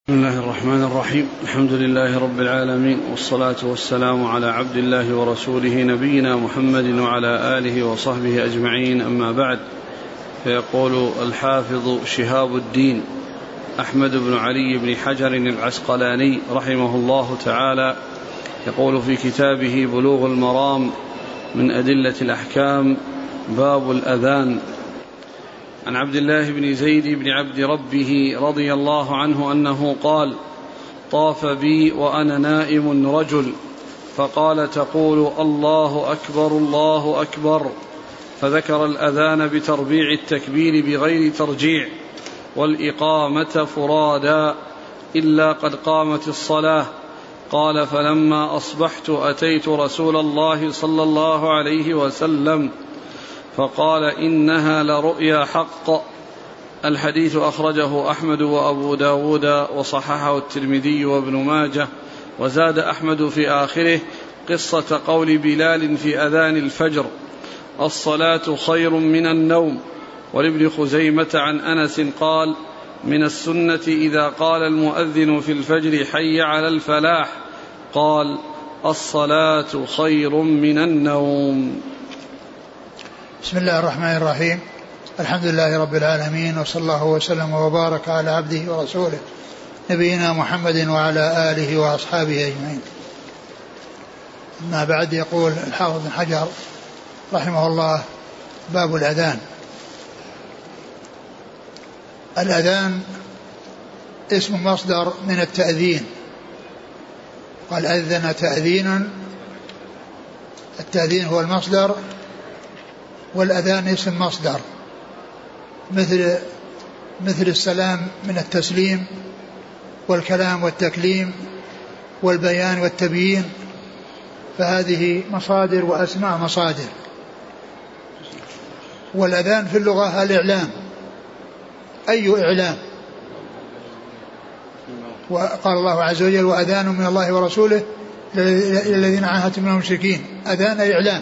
بسم الله الرحمن الرحيم. الحمد لله رب العالمين، والصلاة والسلام على عبد الله ورسوله نبينا محمد وعلى آله وصحبه أجمعين، أما بعد. فيقول الحافظ شهاب الدين أحمد بن علي بن حجر العسقلاني رحمه الله تعالى، يقول في كتابه بلوغ المرام من أدلة الأحكام: باب الأذان. عن عبد الله بن زيد بن عبد ربه رضي الله عنه أنه قال: طاف بي وأنا نائم رجل فقال: تقول الله أكبر الله أكبر، فذكر الأذان بتربيع التكبير بغير ترجيع، والإقامة فرادا، إلا قد قامت الصلاة. قال: فلما أصبحت أتيت رسول الله صلى الله عليه وسلم فقال: إنها لرؤيا حق. الحديث أخرجه أحمد وأبو داود وصححه الترمذي وابن ماجه، وزاد أحمد في آخره قصة قول بلال في أذان الفجر: الصلاة خير من النوم. ولابن خزيمة عن أنس قال: من السنة إذا قال المؤذن في الفجر حي على الفلاح قال: الصلاة خير من النوم. بسم الله الرحمن الرحيم. الحمد لله رب العالمين، وصلى الله وسلم وبارك على عبده ورسوله نبينا محمد وعلى آله وأصحابه أجمعين. أما بعد، يقول الحافظ بن حجر رحمه الله: باب الأذان. الأذان اسم مصدر من التأذين، قال: أذن تأذينا. التأذين هو المصدر، والأذان اسم مصدر، مثل السلام من التسليم، والكلام والتكليم، والبيان والتبيين، فهذه مصادر وأسماء مصادر. والأذان في اللغة الإعلام. أي إعلام؟ وقال الله عز وجل: وأذان من الله ورسوله إلى الذين عاهدتم من المشركين. أذان إعلام.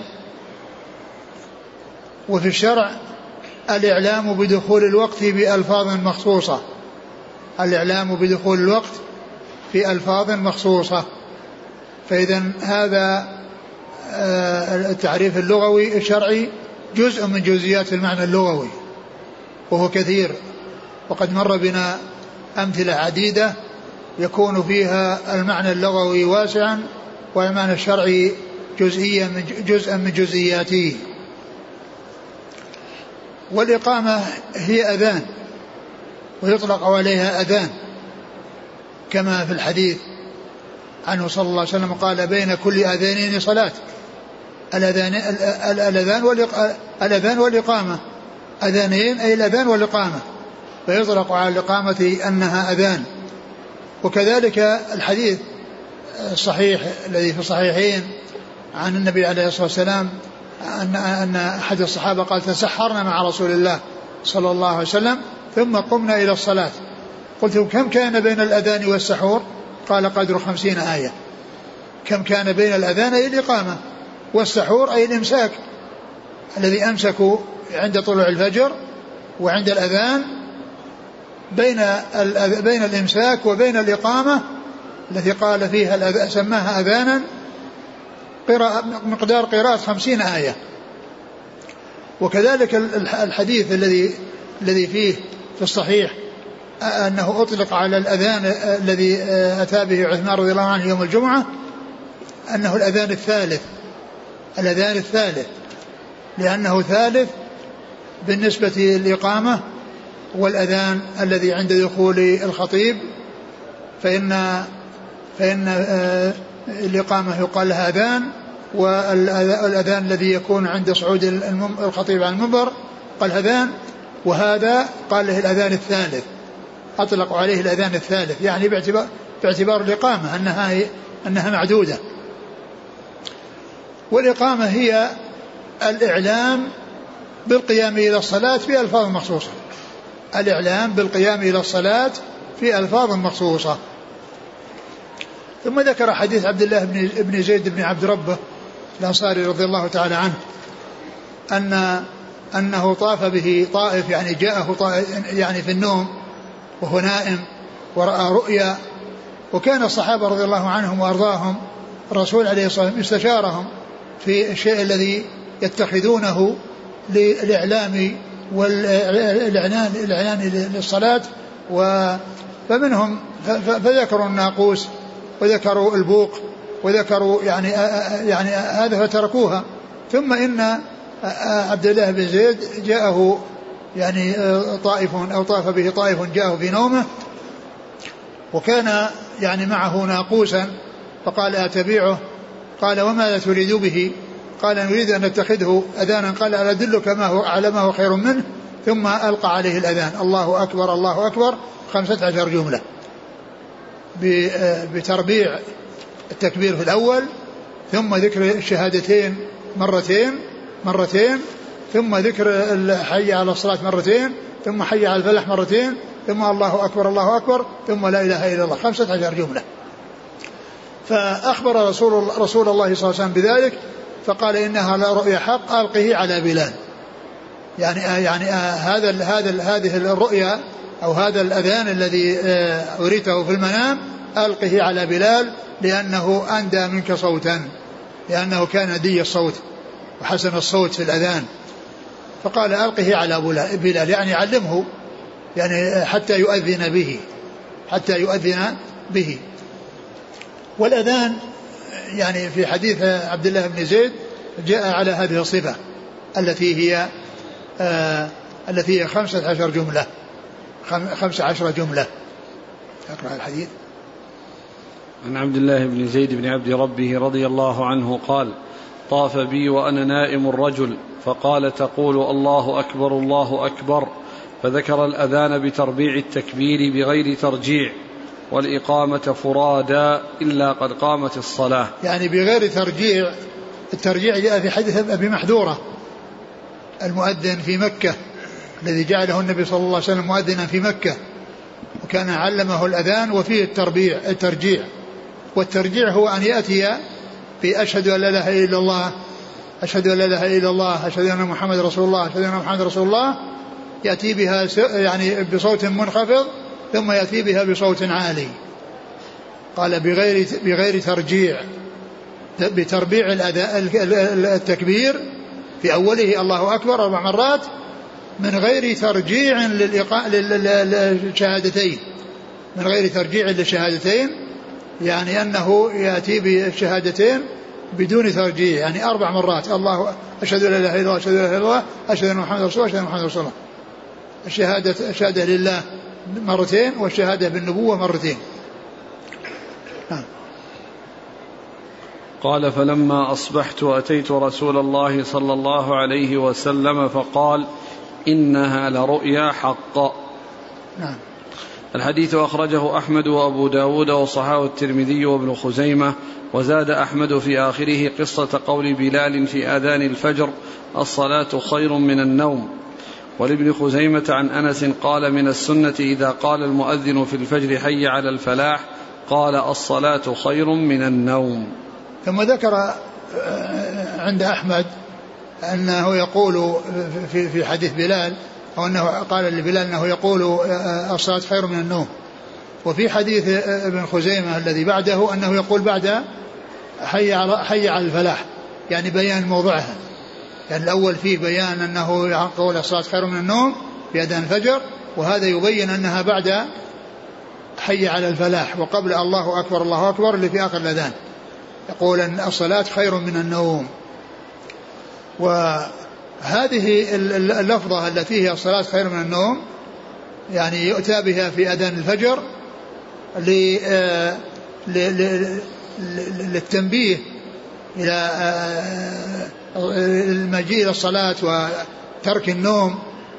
وفي الشرع الإعلام بدخول الوقت بألفاظ مخصوصة. الإعلام بدخول الوقت في ألفاظ مخصوصة. فإذا هذا التعريف اللغوي الشرعي جزء من جزئيات المعنى اللغوي، وهو كثير، وقد مر بنا أمثلة عديدة يكون فيها المعنى اللغوي واسعا والمعنى الشرعي جزءا من جزئياته. والإقامة هي أذان، ويطلق عليها أذان، كما في الحديث عنه صلى الله عليه وسلم قال: بين كل أذانين صلاة. الأذان والإقامة، أذانين أي الأذان والإقامة، فيطلق على الإقامة أنها أذان. وكذلك الحديث الصحيح الذي في الصحيحين عن النبي عليه الصلاة والسلام أن أحد الصحابة قال: تسحرنا مع رسول الله صلى الله عليه وسلم ثم قمنا إلى الصلاة. قلت: كم كان بين الأذان والسحور؟ قال: قدر 50 آية. كم كان بين الأذان أي الإقامة، والسحور أي الإمساك الذي أمسكوا عند طلوع الفجر، وعند الأذان بين الإمساك وبين الإقامة التي قال فيها سماها أذانا مقدار قراءة 50 آية. وكذلك الحديث الذي فيه في الصحيح أنه أطلق على الأذان الذي أتى به عثمان رضي الله عنه يوم الجمعة أنه الأذان الثالث. الأذان الثالث لأنه ثالث بالنسبة للإقامة والأذان الذي عند دخول الخطيب، فإن الإقامة يقال لها أذان، والأذان الذي يكون عند صعود الخطيب على المنبر قال أذان، وهذا قال له الأذان الثالث، أطلقوا عليه الأذان الثالث، يعني باعتبار الإقامة أنها معدودة. والإقامة هي الإعلام بالقيام إلى الصلاة في ألفاظ مخصوصة. الإعلام بالقيام إلى الصلاة في ألفاظ مخصوصة. ثم ذكر حديث عبد الله بن زيد بن عبد ربه الأنصاري رضي الله تعالى عنه أنه طاف به طائف، يعني جاءه طائف يعني في النوم وهو نائم، ورأى رؤيا. وكان الصحابة رضي الله عنهم وأرضاهم الرسول عليه الصلاة والسلام استشارهم في الشيء الذي يتخذونه للإعلام والإعلان للصلاة. فمنهم فذكروا الناقوس وذكروا البوق وذكروا يعني هذا فتركوها. ثم إن عبد الله بن زيد جاءه يعني طائف أو طاف به طائف جاءه في نومه وكان يعني معه ناقوسا فقال أتبيعه؟ قال وماذا تريد به؟ قال نريد أن نتخذه أذانا. قال ألا أدلك على ما هو خير منه؟ ثم ألقى عليه الأذان الله أكبر الله أكبر 15 جملة بتربيع التكبير في الأول ثم ذكر الشهادتين مرتين ثم ذكر حي على الصلاة مرتين ثم حي على الفلاح مرتين ثم الله أكبر الله أكبر ثم لا إله إلا الله 15 جملة. فأخبر رسول الله صلى الله عليه وسلم بذلك فقال إنها لا رؤيا حق ألقه على بلال. يعني هذه الرؤيا أو هذا الأذان الذي أريته في المنام ألقه على بلال لأنه أندى منك صوتا، لأنه كان دي الصوت وحسن الصوت في الأذان. فقال ألقه على بلال يعني علمه يعني حتى يؤذن به. والأذان يعني في حديث عبد الله بن زيد جاء على هذه الصفة التي هي 15 جملة. أقرأ الحديث. عن عبد الله بن زيد بن عبد ربه رضي الله عنه قال طاف بي وأنا نائم الرجل فقال تقول الله أكبر الله أكبر، فذكر الأذان بتربيع التكبير بغير ترجيع والإقامة فرادا إلا قد قامت الصلاة. يعني بغير ترجيع. الترجيع جاء في حديث أبي محذورة المؤذن في مكة الذي جعله النبي صلى الله عليه وسلم مؤذنا في مكة وكان علمه الأذان وفيه الترجيع. والترجيع هو أن يأتي بأشهد أن لا إله إلا الله أشهد أن لا إله إلا الله أشهد أن محمد رسول الله أشهد أن محمد رسول الله، يأتي بها يعني بصوت منخفض ثم يأتي بها بصوت عالي. قال بغير ترجيع، بتربيع التكبير في أوله الله أكبر 4 مرات من غير ترجيع للشهادتين، من غير ترجيع للشهادتين، يعني أنه يأتي بالشهادتين بدون ترجيع، يعني 4 مرات الله أشهد أن لا إله إلا الله أشهد أن لا إله إلا الله أشهد أن محمد رسول الله أشهد أن محمد رسول الله. الشهادة لله مرتين والشهادة بالنبوة مرتين. قال فلما أصبحت أتيت رسول الله صلى الله عليه وسلم فقال إنها لرؤيا حق. نعم. الحديث أخرجه أحمد وأبو داود وصححه الترمذي وابن خزيمة، وزاد أحمد في آخره قصة قول بلال في آذان الفجر الصلاة خير من النوم. ولابن خزيمة عن أنس قال من السنة إذا قال المؤذن في الفجر حي على الفلاح قال الصلاة خير من النوم. ثم ذكر عند أحمد أنه يقول في حديث بلال أو أنه قال لبلال أنه يقول الصلاة خير من النوم. وفي حديث ابن خزيمة الذي بعده أنه يقول بعد حي على الفلاح، يعني بيان موضعها. يعني الأول فيه بيان أنه يقول الصلاة خير من النوم في أذان الفجر، وهذا يبين أنها بعد حي على الفلاح وقبل الله أكبر الله أكبر اللي في آخر الأذان، يقول أن الصلاة خير من النوم. وهذه اللفظة التي هي الصلاة خير من النوم يعني يؤتى بها في أذان الفجر للتنبيه إلى المجيء إلى الصلاة وترك النوم،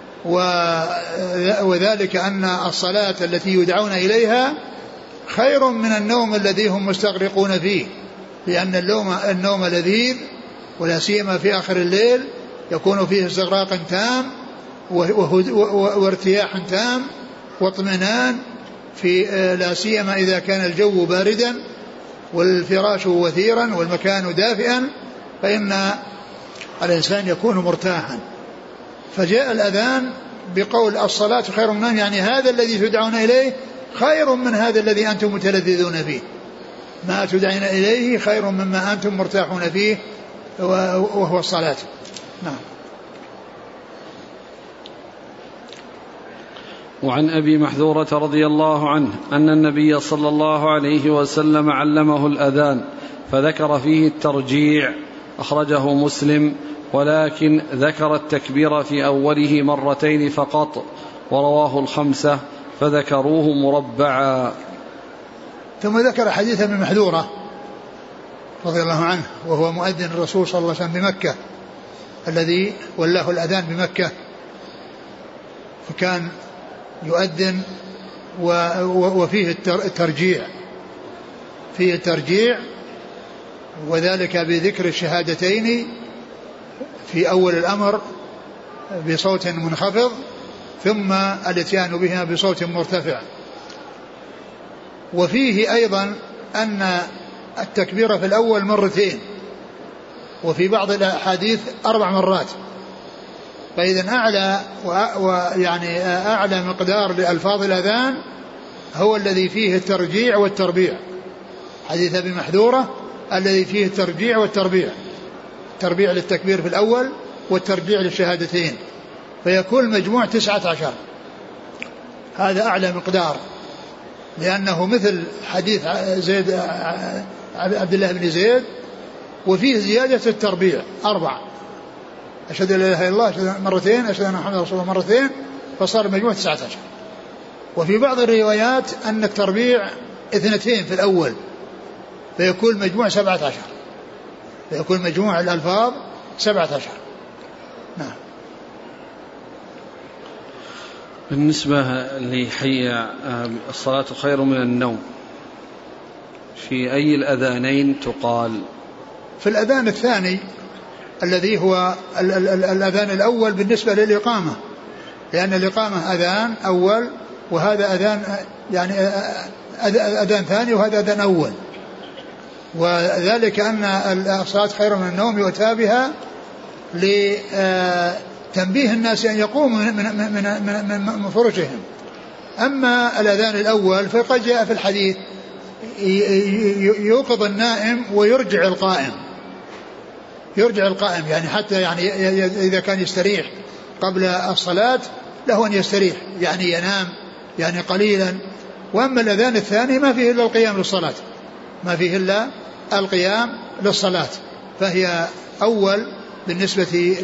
وذلك أن الصلاة التي يدعون إليها خير من النوم الذي هم مستغرقون فيه، لأن النوم لذيذ ولا سيما في آخر الليل يكون فيه استغراق تام وارتياح تام واطمئنان في لا سيما إذا كان الجو باردا والفراش وثيرا والمكان دافئا فإن الإنسان يكون مرتاحا. فجاء الأذان بقول الصلاة خير من النوم، يعني هذا الذي تدعون إليه خير من هذا الذي أنتم متلذذون فيه، ما تدعين إليه خير مما أنتم مرتاحون فيه وهو الصلاة. نعم. وعن أبي محذورة رضي الله عنه أن النبي صلى الله عليه وسلم علمه الأذان فذكر فيه الترجيع، أخرجه مسلم، ولكن ذكر التكبير في أوله مرتين فقط، ورواه الخمسة فذكروه مربعا. ثم ذكر حديث ابن محذورة رضي الله عنه وهو مؤذن الرسول صلى الله عليه وسلم بمكة، الذي ولاه الأذان بمكة، فكان يؤذن وفيه الترجيع، فيه الترجيع، وذلك بذكر الشهادتين في أول الأمر بصوت منخفض، ثم الاتيان بهما بصوت مرتفع. وفيه أيضا أن التكبير في الأول مرتين، وفي بعض الأحاديث 4 مرات. فإذا أعلى ويعني أعلى مقدار لألفاظ الأذان هو الذي فيه الترجيع والتربيع، حديث أبي محذورة الذي فيه الترجيع والتربيع، التربيع للتكبير في الأول والترجيع للشهادتين، فيكون المجموع 19. هذا أعلى مقدار، لأنه مثل حديث زيد عبد الله بن زيد، وفيه زيادة التربيع 4، أشهد أن لا إله إلا الله مرتين، أشهد أن محمدا رسول الله مرتين، فصار المجموع 19. وفي بعض الروايات أن التربيع 2 في الأول، فيكون المجموع 17، فيكون مجموع الألفاظ 17. نعم. بالنسبة لحي الصلاة خير من النوم، في أي الأذانين تقال؟ في الأذان الثاني الذي هو الأذان الأول بالنسبة للإقامة، لأن الإقامة أذان أول، وهذا أذان يعني أذان ثاني، وهذا أذان أول. وذلك أن الصلاة خير من النوم يؤتى بها لتنبيه الناس أن يقوموا من فرشهم. أما الأذان الأول فقد جاء في الحديث يوقظ النائم ويرجع القائم، يرجع القائم، يعني حتى يعني إذا كان يستريح قبل الصلاة له أن يستريح، يعني ينام يعني قليلا. وأما الأذان الثاني ما فيه إلا القيام للصلاة، ما فيه إلا القيام للصلاة، فهي أول بالنسبة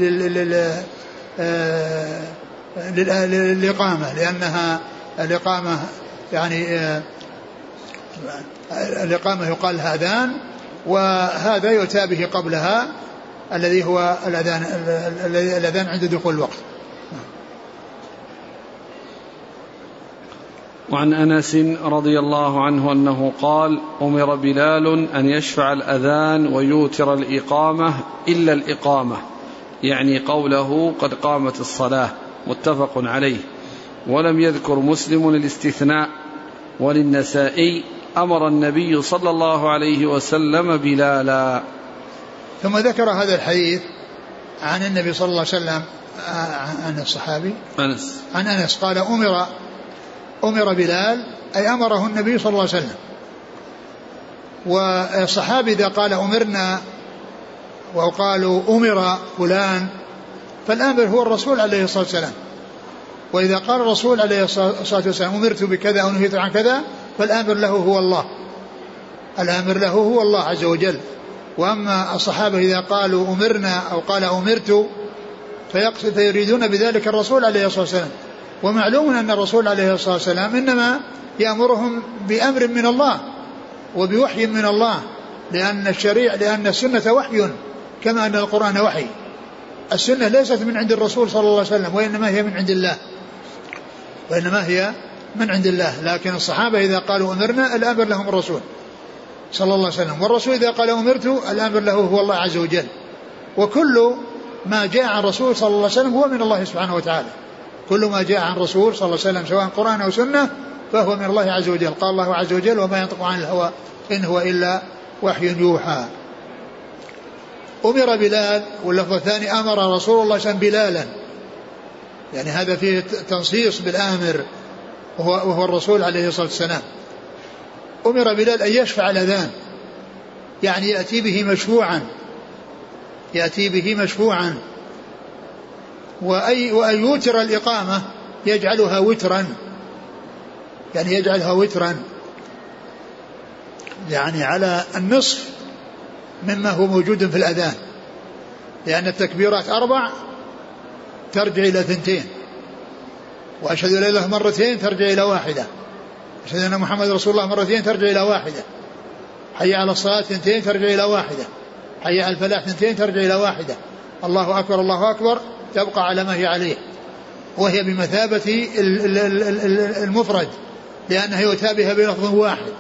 للإقامة، لأنها الإقامة يعني الإقامة يقال لها أذان، وهذا يؤتى به قبلها الذي هو الأذان عند دخول الوقت. وعن أنس رضي الله عنه أنه قال: أمر بلال أن يشفع الأذان ويوتر الإقامة إلا الإقامة، يعني قوله قد قامت الصلاة، متفق عليه. ولم يذكر مسلم الاستثناء. وللنسائي: أمر النبي صلى الله عليه وسلم بلالا. ثم ذكر هذا الحديث عن النبي صلى الله عليه وسلم عن الصحابي عن أنس قال: أمر بلال، أي أمره النبي صلى الله عليه وسلم. والصحابي إذا قال أمرنا وقالوا أمر فلان فالآمر هو الرسول عليه الصلاة والسلام، وإذا قال الرسول عليه الصلاة والسلام أمرت بكذا أو نهيت عن كذا فالآمر له هو الله، الآمر له هو الله عز وجل. وأما الصحابة إذا قالوا أمرنا أو قال أمرت فيريدون بذلك الرسول عليه الصلاة والسلام. ومعلوم أن الرسول عليه الصلاة والسلام إنما يأمرهم بأمر من الله وبوحي من الله، لأن السنة وحي كما أن القرآن وحي. السنة ليست من عند الرسول صلى الله عليه وسلم، وإنما هي من عند الله. لكن الصحابة إذا قالوا أمرنا الأمر لهم الرسول صلى الله عليه وسلم، والرسول إذا قال أمرت الأمر له هو الله عز وجل. وكل ما جاء عن الرسول صلى الله عليه وسلم هو من الله سبحانه وتعالى، كل ما جاء عن الرسول صلى الله عليه وسلم سواء قرآن أو سنة فهو من الله عز وجل. قال الله عز وجل: وما ينطق عن الهوى إن هو إلا وحي يوحى. أمر بلال، واللفظ الثاني أمر رسول الله صلى الله عليه وسلم بلالا، يعني هذا فيه تنصيص بالآمر، وهو الرسول عليه الصلاة والسلام. أمر بلال أن يشفع الأذان، يعني يأتي به مشفوعا، وأن يوتر الإقامة، يجعلها وترا، يعني يجعلها وترا، يعني على النصف مما هو موجود في الأذان، لأن التكبيرات 4 ترجع إلى 2، وأشهد أن لا إله إلا الله مرتين ترجع إلى 1، أشهد أن محمد رسول الله مرتين ترجع إلى 1، حي على الصلاة 2 ترجع إلى 1، حي على الفلاح 2 ترجع إلى 1، الله أكبر الله أكبر تبقى على ما هي عليه، وهي بمثابة المفرد، لأنها يتابها بلفظ واحد،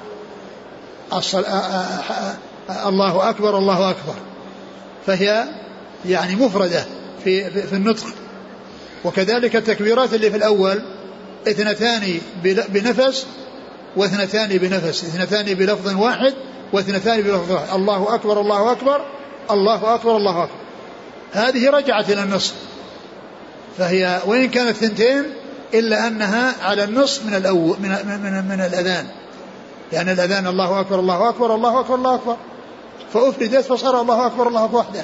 الله أكبر الله أكبر، فهي يعني مفردة في النطق. وكذلك التكبيرات اللي في الأول 2 بنفس و2 بنفس، 2 بلفظ واحد و2 بلفظ واحد، الله أكبر الله أكبر الله أكبر الله أكبر، هذه رجعت إلى النصف، فهي وإن كانت 2 إلا أنها على النصف من الأول من الأذان، لأن الأذان الله أكبر الله أكبر الله أكبر الله أكبر، فأفردت فصار الله أكبر الله أكبر وحده.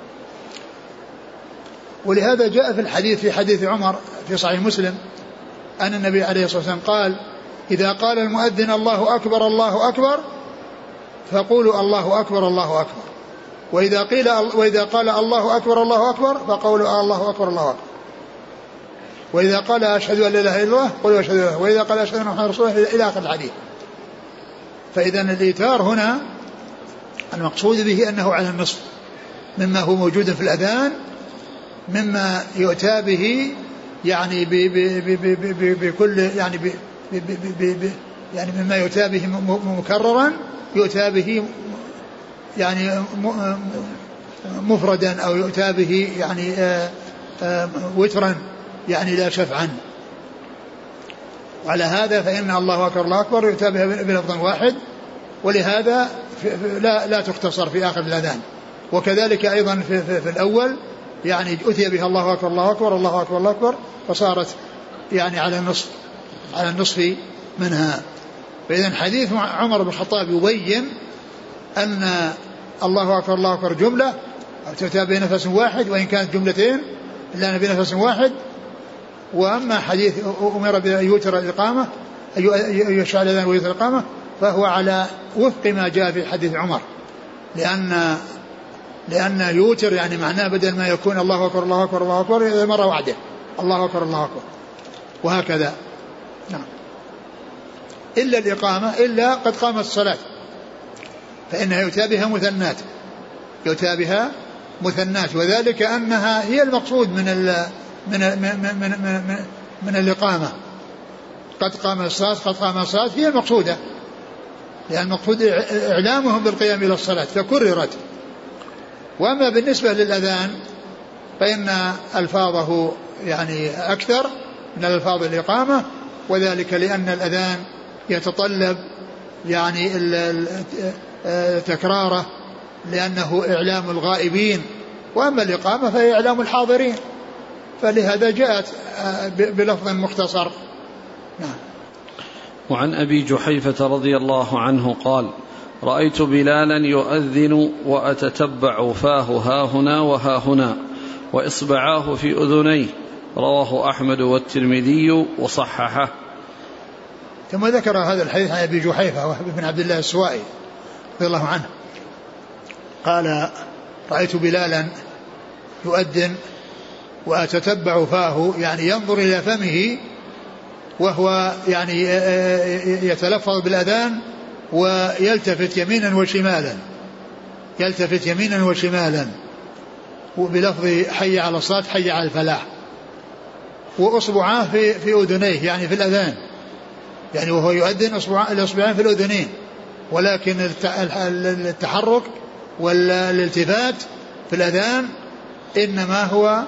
ولهذا جاء في الحديث في حديث عمر في صحيح مسلم أن النبي عليه الصلاة والسلام قال: إذا قال المؤذن الله أكبر الله أكبر فقولوا الله أكبر الله أكبر، وإذا قال الله أكبر الله أكبر فقولوا الله أكبر الله أكبر، وإذا قال أشهد أن لا إله إلا الله قولوا أشهد أن لا إله إلا الله، وإذا قال أشهد أن محمدا رسول الله إلى آخر الحديث. فإذا الإيتار هنا المقصود به أنه على النصف مما هو موجود في الأذان، مما يؤتى به يعني بكل يعني مما يؤتى به مكررا، يؤتى به يعني مفردا، أو يؤتى به يعني وترا، يعني لا شفعا. وعلى هذا فإن الله أكبر الله أكبر يؤتى بها بلفظ واحد، ولهذا لا تختصر في آخر الأذان. وكذلك أيضا في الأول يعني أتي بها الله أكبر الله أكبر الله أكبر الله أكبر، فصارت يعني على النصف منها. فإذا حديث عمر بن الخطاب يبين أن الله أكبر الله أكبر جملة تؤتى بنفس واحد، وإن كانت جملتين إلا بنفس واحد. وأما حديث أمر بأن يوتر الإقامة، يشعل الأذان ويوتر الإقامة، فهو على وفق ما جاء في حديث عمر، لأن يوتر يعني معناه بدل ما يكون الله أكبر الله أكبر الله أكبر مرة واحدة الله أكبر الله أكبر، وهكذا. نعم. إلا الإقامة، إلا قد قامت الصلاة، فإنها يؤتى بها مثنات، وذلك أنها هي المقصود من الإقامة. قد قام الصلاة هي المقصودة، لأن المقصود إعلامهم بالقيام إلى الصلاة فكررت. وأما بالنسبة للأذان فإن ألفاظه يعني أكثر من ألفاظ الإقامة، وذلك لأن الأذان يتطلب يعني تكراره، لأنه إعلام الغائبين، وأما الإقامة فهي إعلام الحاضرين، فلهذا جاءت بلفظ مختصر. نعم. وعن أبي جحيفة رضي الله عنه قال: رأيت بلالا يؤذن وأتتبع فاه هاهنا وهاهنا وإصبعاه في أذنيه، رواه أحمد والترمذي وصححه. ثم ذكر هذا الحديث عن أبي جحيفة وهب بن عبد الله السوائي رضي الله عنه قال: رأيت بلالا يؤذن وأتتبع فاه، يعني ينظر إلى فمه وهو يعني يتلفظ بالأذان ويلتفت يمينا وشمالا وبلفظ حي على الصلاة حي على الفلاح، وأصبعاه في أذنيه يعني في الأذان، يعني وهو يؤذن الأصبعان في الأذنين، ولكن التحرك والالتفات في الأذان إنما هو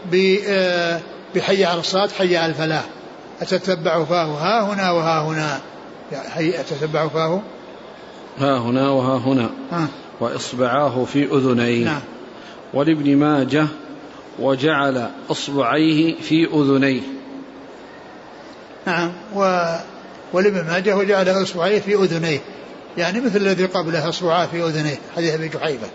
بحي على الصلاة حي على الفلاح. أتتبع فاه ها هنا وها هنا، أتتبع فاه ها هنا وها هنا وإصبعاه في أذنيه. نعم. ولابن ماجه: وجعل إصبعيه في أذنيه. نعم. ولابن ماجه وجعل اصبعيه في اذنيه، يعني مثل الذي قبله اصبعاه في اذنيه، حديث ابي جحيفه.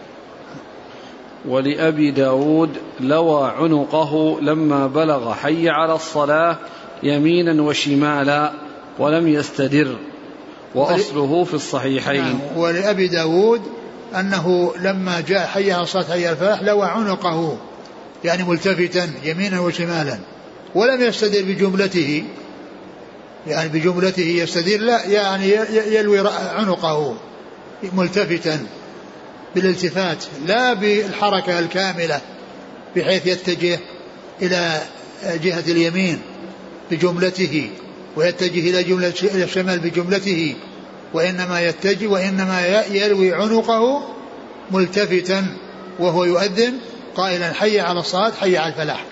ولأبي داود لوى عنقه لما بلغ حي على الصلاة يمينا وشمالا ولم يستدر، وأصله في الصحيحين. نعم. ولأبي داود أنه لما جاء حي على الصلاة حي على الفلاح لوى عنقه، يعني ملتفتا يمينا وشمالا، ولم يستدر بجملته، يعني بجملته يستدر، لا يعني يلوي عنقه ملتفتا بالالتفات، لا بالحركة الكاملة بحيث يتجه إلى جهة اليمين بجملته ويتجه إلى جملة الشمال بجملته، وإنما يلوي عنقه ملتفتا وهو يؤذن قائلا حي على الصلاة حي على الفلاح.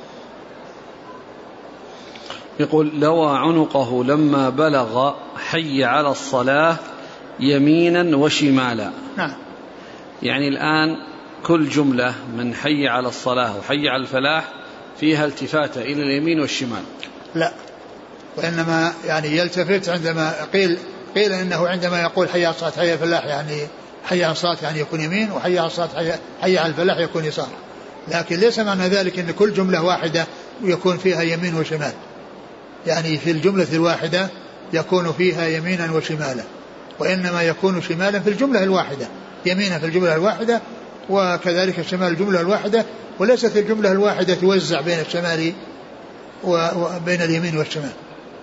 يقول لوى عنقه لما بلغ حي على الصلاة يمينا وشمالا. نعم. يعني الآن كل جملة من حي على الصلاة وحي على الفلاح فيها التفاتة إلى اليمين والشمال؟ لا، وإنما يعني يلتفت عندما قيل إنه عندما يقول حي على الصلاة حي على الفلاح يعني حي على الصلاة يعني يكون يمين، وحي على الصلاة حي على الفلاح يكون يسار، لكن ليس معنى ذلك أن كل جملة واحدة يكون فيها يمين وشمال، يعني في الجملة الواحدة يكون فيها يمينا وشمالا، وإنما يكون شمالا في الجملة الواحدة، يمينا في الجملة الواحدة، وكذلك الشمال الجملة الواحدة، وليست الجملة الواحدة توزع بين الشمال وبين اليمين والشمال.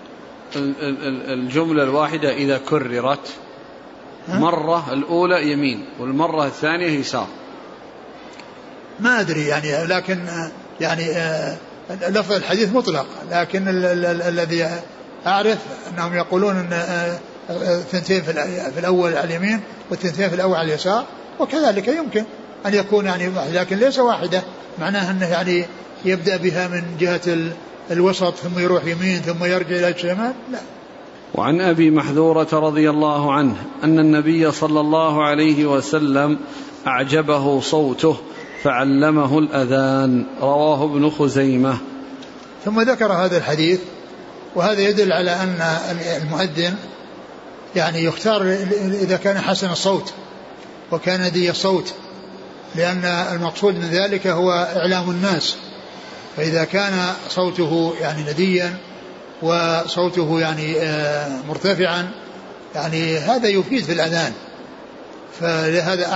الجملة الواحدة إذا كررت مرة الأولى يمين والمرة الثانية يسار، ما أدري يعني، لكن يعني لفظ الحديث مطلق، لكن الذي أعرف أنهم يقولون أن ثنتين في الأول على اليمين والثنتين في الأول على اليسار، وكذلك يمكن أن يكون يعني، لكن ليس واحدة معناها أنه يعني يبدأ بها من جهة الوسط ثم يروح يمين ثم يرجع إلى الشمال، لا. وعن أبي محذورة رضي الله عنه أن النبي صلى الله عليه وسلم أعجبه صوته فعلمه الأذان، رواه ابن خزيمة. ثم ذكر هذا الحديث، وهذا يدل على أن المؤذن يعني يختار إذا كان حسن الصوت وكان ذي الصوت، لأن المقصود من ذلك هو إعلام الناس، فإذا كان صوته يعني نديا وصوته يعني مرتفعا يعني هذا يفيد في الأذان، فلهذا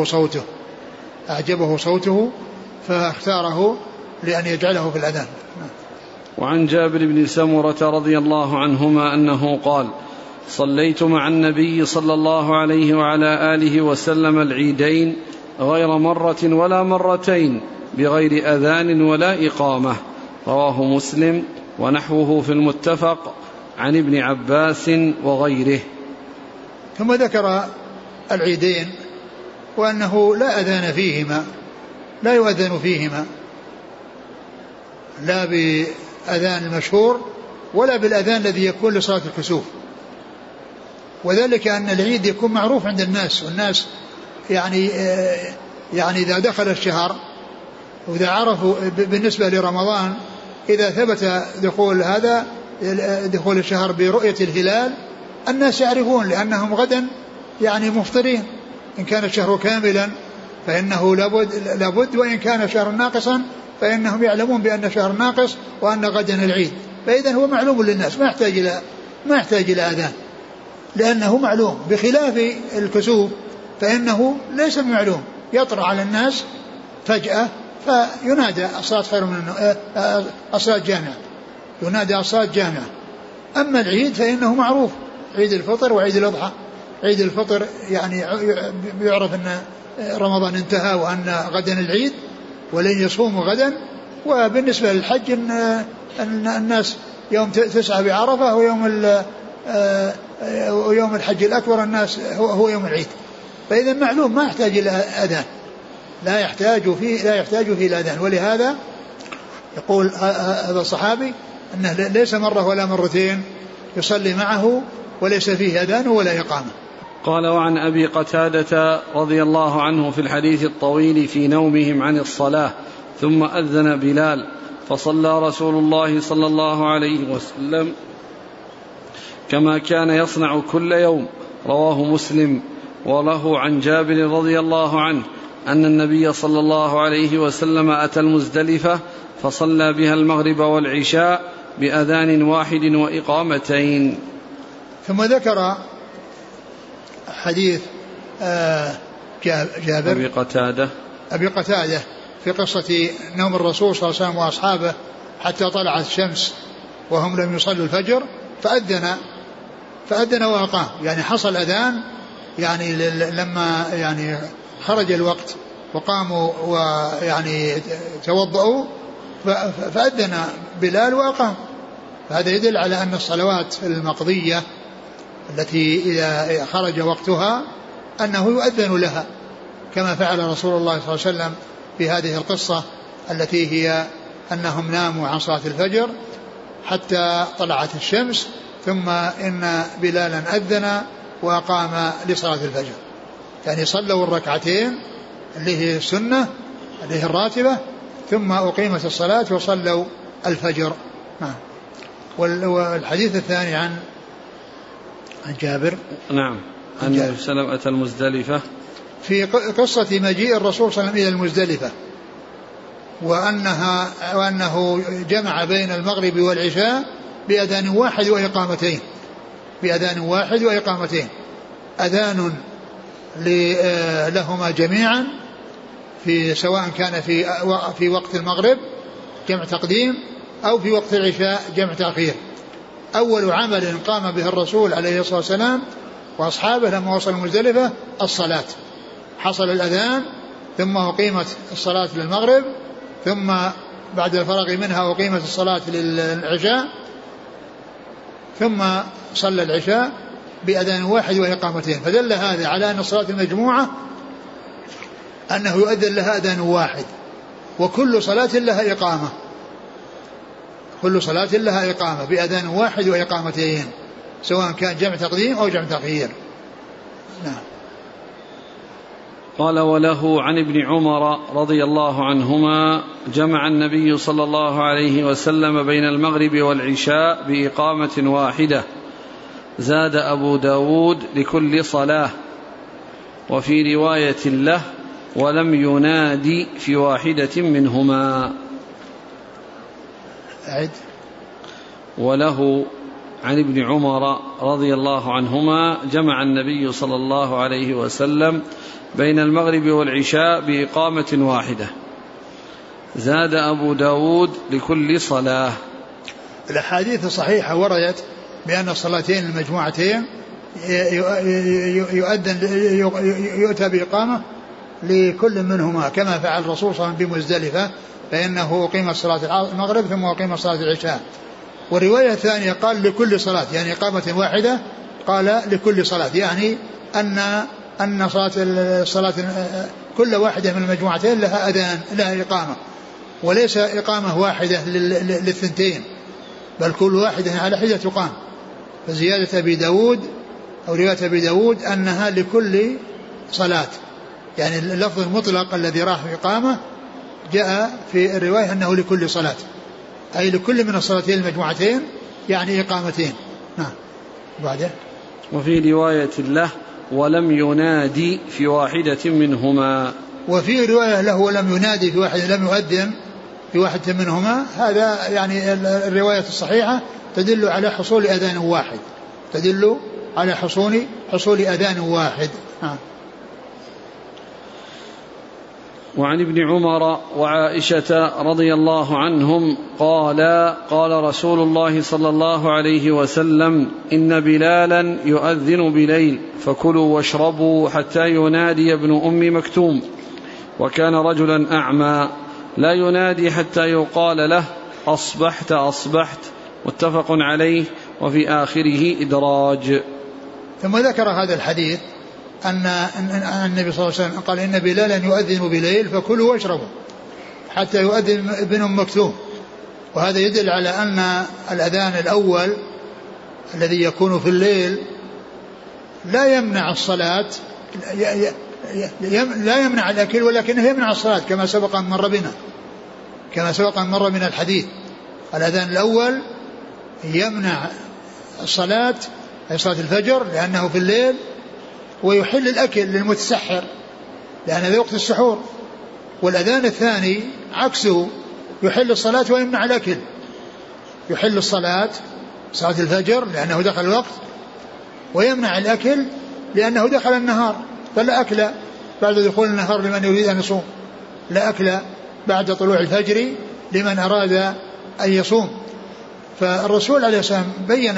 أعجبه صوته فاختاره لأن يجعله في الأذان. وعن جابر بن سمرة رضي الله عنهما أنه قال صليت مع النبي صلى الله عليه وعلى آله وسلم العيدين غير مرة ولا مرتين بغير أذان ولا إقامة، رواه مسلم ونحوه في المتفق عن ابن عباس وغيره. ثم ذكر العيدين وأنه لا أذان فيهما، لا يؤذن فيهما، لا بأذان المشهور ولا بالأذان الذي يكون لصلاة الكسوف، وذلك أن العيد يكون معروف عند الناس، والناس يعني إذا دخل الشهر وإذا عرفوا بالنسبة لرمضان إذا ثبت دخول الشهر برؤية الهلال الناس يعرفون، لأنهم غدا يعني مفطرين، إن كان الشهر كاملا فإنه لابد، وإن كان شهر ناقصا فإنهم يعلمون بأن شهر ناقص وأن غدا العيد، فإذا هو معلوم للناس ما يحتاج إلى أذان لأنه معلوم، بخلاف الكسوف فإنه ليس معلوم، يطرأ على الناس فجأة فينادى الصلاة خير من الصلاة جامعة، ينادى الصلاة جامعة. أما العيد فإنه معروف، عيد الفطر وعيد الأضحى. عيد الفطر يعني يعرف أن رمضان انتهى وأن غدا العيد ولن يصوموا غدا، وبالنسبة للحج أن الناس يوم 9 بعرفة ويوم الحج الأكبر الناس هو يوم العيد، فإذا معلوم ما يحتاج إلى أذان، لا يحتاج فيه الأذان. ولهذا يقول هذا الصحابي أنه ليس مرة ولا مرتين يصلي معه وليس فيه أذان ولا إقامة. قال وعن أبي قتادة رضي الله عنه في الحديث الطويل في نومهم عن الصلاة ثم أذن بلال فصلى رسول الله صلى الله عليه وسلم كما كان يصنع كل يوم. رواه مسلم. وله عن جابر رضي الله عنه أن النبي صلى الله عليه وسلم أتى المزدلفة فصلى بها المغرب والعشاء بأذان واحد وإقامتين. ثم ذكر حديث جابر أبي قتادة في قصة نوم الرسول صلى الله عليه وسلم وأصحابه حتى طلعت الشمس وهم لم يصلوا الفجر فأذن وأقام. يعني حصل أذان يعني لما يعني خرج الوقت وقاموا ويعني توضؤوا فأذن بلال وأقام. فهذا يدل على أن الصلوات المقضية التي إذا خرج وقتها أنه يؤذن لها، كما فعل رسول الله صلى الله عليه وسلم في هذه القصة التي هي أنهم ناموا عن صلاة الفجر حتى طلعت الشمس، ثم إن بلالا أذن وأقام لصلاة الفجر. يعني صلوا الركعتين اللي هي السنة اللي هي الراتبة، ثم أقيمت الصلاة وصلوا الفجر. والحديث الثاني عن جابر. نعم. أن النبي صلى الله عليه وسلم أتى المزدلفة في قصة مجيء الرسول صلى الله عليه وسلم إلى المزدلفة، وأنه جمع بين المغرب والعشاء بأذان واحد وإقامتين. أذان لهما جميعا سواء كان في وقت المغرب جمع تقديم أو في وقت العشاء جمع تأخير. أول عمل قام به الرسول عليه الصلاة والسلام وأصحابه لما وصل المزدلفة الصلاة. حصل الأذان ثم أقيمت الصلاة للمغرب، ثم بعد الفراغ منها أقيمت الصلاة للعشاء، ثم صلى العشاء بأذان واحد وإقامتين. فدل هذا على أن الصلاة المجموعة أنه يؤذن لها أذان واحد، وكل صلاة لها إقامة، كل صلاة لها إقامة بأذان واحد وإقامتين، سواء كان جمع تقديم أو جمع تأخير. نعم. قال وله عن ابن عمر رضي الله عنهما جمع النبي صلى الله عليه وسلم بين المغرب والعشاء بإقامة واحدة، زاد أبو داود لكل صلاة، وفي رواية له ولم ينادي في واحدة منهما. وله عن ابن عمر رضي الله عنهما جمع النبي صلى الله عليه وسلم بين المغرب والعشاء بإقامة واحدة، زاد أبو داود لكل صلاة. الأحاديث الصحيحة وردت بأن الصلاتين المجموعتين يؤتى بإقامة لكل منهما، كما فعل الرسول صلى الله عليه وسلم بمزدلفة، فإنه أقيم صلاة المغرب ثم أقيم صلاة العشاء. والرواية الثانية قال لكل صلاة، يعني إقامة واحدة قال لكل صلاة، يعني أن صلاة كل واحدة من المجموعتين لها أذان لها إقامة، وليس إقامة واحدة للثنتين، بل كل واحدة على حدة تقام. فزيادة أبي داود أو رواية أبي داود أنها لكل صلاة، يعني اللفظ المطلق الذي راح في إقامة جاء في الرواية أنه لكل صلاة، أي لكل من الصلاتين المجموعتين يعني إقامتين. نعم. بعده وفي رواية له ولم ينادي في واحدة منهما، وفي رواية له ولم ينادي في واحدة، لم يؤذن في واحدة منهما. هذا يعني الرواية الصحيحة تدل على حصول أذان واحد، تدل على حصول أذان واحد. وعن ابن عمر وعائشة رضي الله عنهم قال رسول الله صلى الله عليه وسلم إن بلالا يؤذن بليل فكلوا واشربوا حتى ينادي ابن أم مكتوم، وكان رجلا أعمى لا ينادي حتى يقال له أصبحت أصبحت، متفق عليه، وفي آخره إدراج. ثم ذكر هذا الحديث أن النبي صلى الله عليه وسلم قال إن بلالا يؤذن بليل فكلوا واشربوا حتى يؤذن ابن أم مكتوم. وهذا يدل على أن الأذان الأول الذي يكون في الليل لا يمنع الصلاة، لا يمنع الأكل، ولكنه يمنع الصلاة كما سبق أن مر من الحديث. الأذان الأول يمنع الصلاة أي صلاة الفجر لأنه في الليل، ويحل الأكل للمتسحر لأن هذا وقت السحور. والأذان الثاني عكسه، يحل الصلاة ويمنع الأكل. يحل الصلاة صلاة الفجر لأنه دخل الوقت، ويمنع الأكل لأنه دخل النهار، فلا أكل بعد دخول النهار لمن يريد أن يصوم، لا أكل بعد طلوع الفجر لمن أراد أن يصوم. فالرسول عليه السلام بين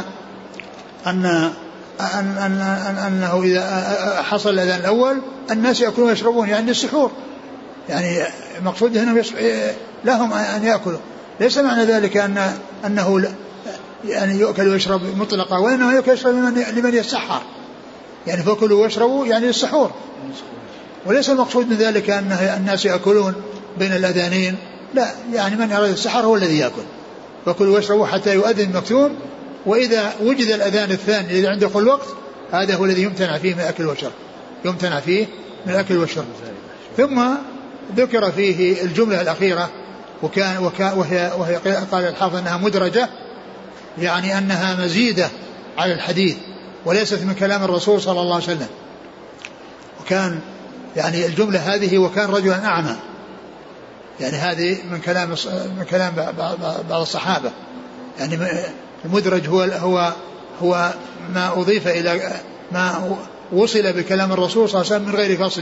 أنه إذا حصل الأذان الأول الناس يأكلون ويشربون، يعني السحور، يعني مقصود هنا لهم أن يأكلوا. ليس معنى ذلك أنه يعني يأكل ويشرب مطلقا، وإنه يأكل ويشرب لمن يسحر، يعني فأكلوا ويشربوا يعني السحور. وليس المقصود من ذلك أن الناس يأكلون بين الأذانين، لا، يعني من أراد السحر هو الذي يأكل، فأكلوا ويشربوا حتى يؤذن مكتوم. وإذا وجد الأذان الثاني الذي عنده كل وقت، هذا هو الذي يمتنع فيه من الأكل والشرب، يمتنع فيه من الأكل والشرب. ثم ذكر فيه الجملة الأخيرة، وهي قال الحافظ أنها مدرجة، يعني أنها مزيدة على الحديث وليست من كلام الرسول صلى الله عليه وسلم. وكان يعني الجملة هذه وكان رجلا أعمى، يعني هذه من كلام بعض الصحابة. يعني المدرج هو ما أضيف إلى ما وصل بكلام الرسول صلى الله عليه وسلم من غير فصل،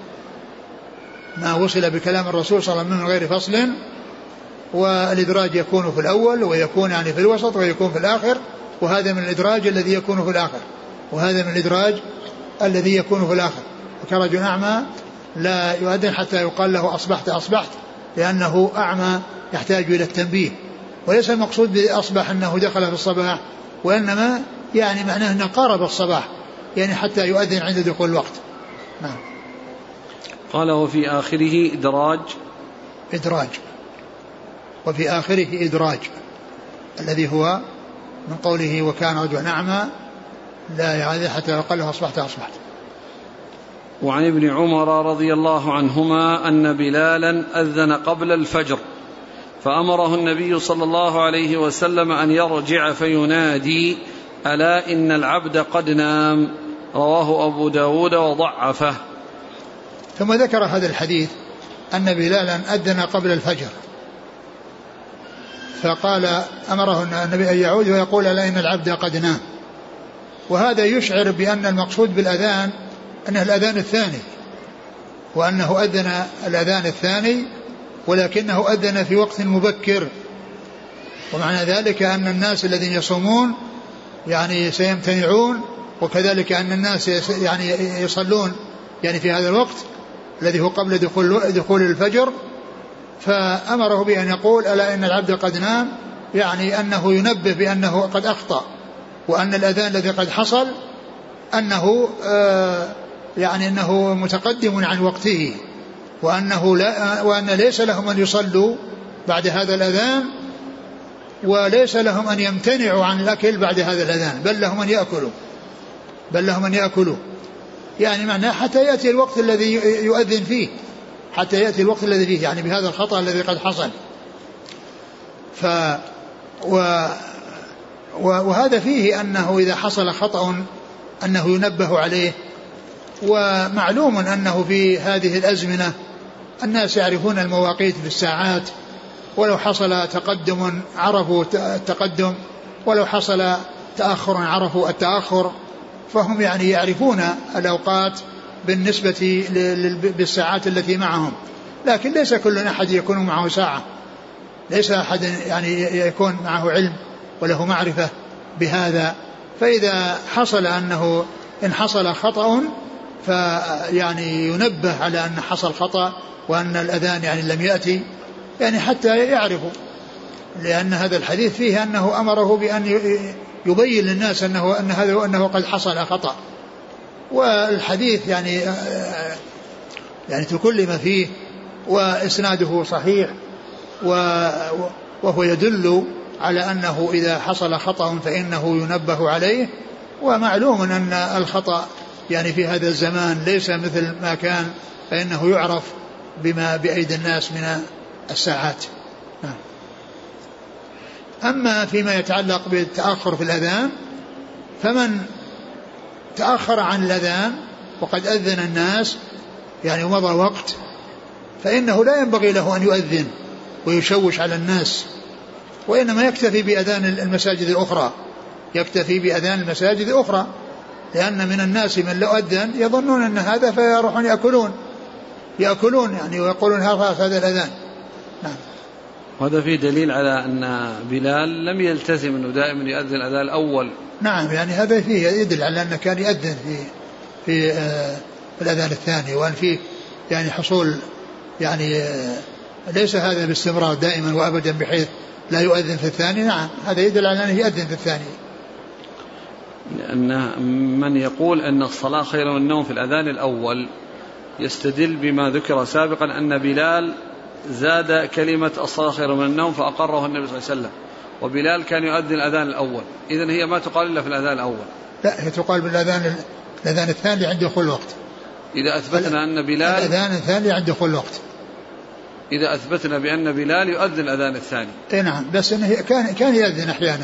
ما وصل بكلام الرسول صلى الله عليه وسلم من غير فصل. والإدراج يكون في الأول، ويكون يعني في الوسط، ويكون في الآخر، وهذا من الإدراج الذي يكون في الآخر، وهذا من الإدراج الذي يكون في الآخر. وكرجل أعمى لا يؤذن حتى يقال له أصبحت، لأنه أعمى يحتاج إلى التنبيه. وليس المقصود بأصبح أنه دخل في الصباح، وإنما يعني معناه أنه قارب الصباح، يعني حتى يؤذن عند دخول الوقت. نعم. قال وفي آخره إدراج، وفي آخره إدراج الذي هو من قوله وكان رجل أعمى لا يعذب حتى يقال له أصبحت. وعن ابن عمر رضي الله عنهما أن بلالا أذن قبل الفجر، فأمره النبي صلى الله عليه وسلم أن يرجع فينادي ألا إن العبد قد نام، رواه أبو داود وضعفه. ثم ذكر هذا الحديث أن بلالا أذن قبل الفجر، فقال أمره النبي أن يعود ويقول ألا إن العبد قد نام. وهذا يشعر بأن المقصود بالأذان أنه الأذان الثاني، وأنه أذن الأذان الثاني ولكنه أذن في وقت مبكر. ومعنى ذلك أن الناس الذين يصومون يعني سيمتنعون، وكذلك أن الناس يعني يصلون يعني في هذا الوقت الذي هو قبل دخول الفجر. فأمره بأن يقول ألا إن العبد قد نام، يعني أنه ينبه بأنه قد أخطأ، وأن الأذان الذي قد حصل أنه يعني أنه متقدم عن وقته، وأن ليس لهم أن يصلوا بعد هذا الأذان، وليس لهم أن يمتنعوا عن الأكل بعد هذا الأذان، بل لهم أن يأكلوا، يعني معناه حتى يأتي الوقت الذي يؤذن فيه، يعني بهذا الخطأ الذي قد حصل. وهذا فيه أنه إذا حصل خطأ أنه ينبه عليه. ومعلوم أنه في هذه الأزمنة الناس يعرفون المواقيت في الساعات، ولو حصل تقدم عرفوا التقدم، ولو حصل تأخر عرفوا التأخر، فهم يعني يعرفون الأوقات بالنسبة بالساعات التي معهم. لكن ليس كل أحد يكون معه ساعة، ليس أحد يعني يكون معه علم وله معرفة بهذا. فإذا حصل أنه إن حصل خطأ فيعني ينبه على أن حصل خطأ وأن الأذان يعني لم يأتي، يعني حتى يعرفوا، لأن هذا الحديث فيه أنه أمره بأن يبين للناس أنه قد حصل خطأ. والحديث يعني تكلم فيه وإسناده صحيح، وهو يدل على أنه إذا حصل خطأ فإنه ينبه عليه. ومعلوم أن الخطأ يعني في هذا الزمان ليس مثل ما كان، فإنه يعرف بما بأيدي الناس من الساعات. أما فيما يتعلق بالتأخر في الأذان فمن تأخر عن الأذان وقد أذن الناس يعني ومضى وقت فإنه لا ينبغي له أن يؤذن ويشوش على الناس، وإنما يكتفي بأذان المساجد الأخرى، يكتفي بأذان المساجد الأخرى، لأن من الناس من لو أذن يظنون أن هذا فيروحون يأكلون يعني ويقولون هذا الأذان. نعم. وهذا فيه دليل على أن بلال لم يلتزم أنه دائما يؤذن الأذان الأول. نعم يعني هذا فيه يدل على أنه كان يؤذن في الأذان الثاني، وأن فيه يعني حصول يعني ليس هذا باستمرار دائما وأبدا بحيث لا يؤذن في الثاني. نعم هذا يدل على أنه يؤذن في الثاني. لأن من يقول أن الصلاة خير من النوم في الأذان الأول يستدل بما ذكر سابقا أن بلال زاد كلمة الصلاة خير من النوم فأقره النبي صلى الله عليه وسلم، وبلال كان يؤذن الأذان الأول، إذن هي ما تقال إلا في الأذان الأول. لا هي تقال بالأذان الثاني عند دخول الوقت. إذا أثبتنا أن بلال الأذان الثاني عند دخول الوقت، إذا أثبتنا بأن بلال يؤذن الأذان الثاني. نعم بس إنه كان يؤذن أحيانا.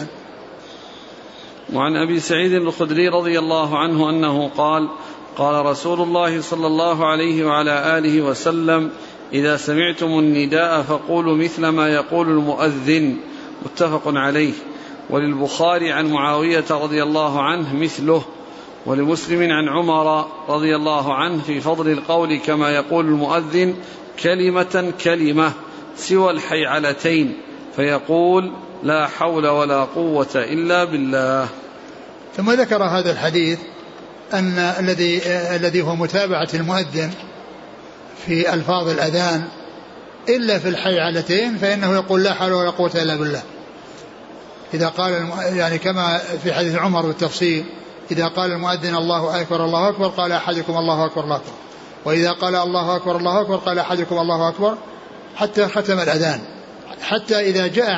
وعن أبي سعيد الخدري رضي الله عنه أنه قال قال رسول الله صلى الله عليه وعلى آله وسلم إذا سمعتم النداء فقولوا مثل ما يقول المؤذن، متفق عليه. وللبخاري عن معاوية رضي الله عنه مثله، ولمسلم عن عمر رضي الله عنه في فضل القول كما يقول المؤذن كلمة كلمة سوى الحيعلتين فيقول لا حول ولا قوة إلا بالله. ثم ذكر هذا الحديث أن الذي هو متابعة المؤذن في ألفاظ الأذان إلا في الحيعلتين فإنه يقول لا حول ولا قوة إلا بالله. إذا قال يعني كما في حديث عمر بالتفصيل إذا قال المؤذن الله أكبر الله أكبر قال أحدكم الله أكبر الله أكبر، وإذا قال الله أكبر الله أكبر قال أحدكم الله أكبر، حتى ختم الأذان، حتى إذا جاء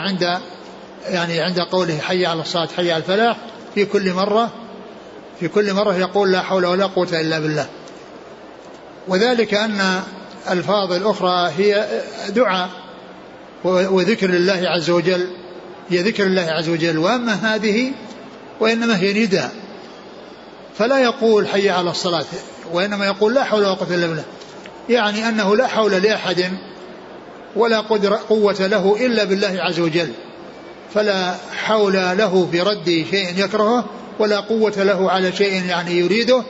عند قوله حي على الصلاة حي على الفلاح في كل مرة يقول لا حول ولا قوة إلا بالله. وذلك أن الألفاظ الأخرى هي دعاء وذكر لله عز وجل، هي ذكر الله عز وجل، وأما هذه وإنما هي نداء، فلا يقول حي على الصلاة وإنما يقول لا حول ولا قوة إلا بالله، يعني أنه لا حول لأحد ولا قوة له إلا بالله عز وجل، فلا حول له في رد شيء يكرهه ولا قوة له على شيء يعني يريده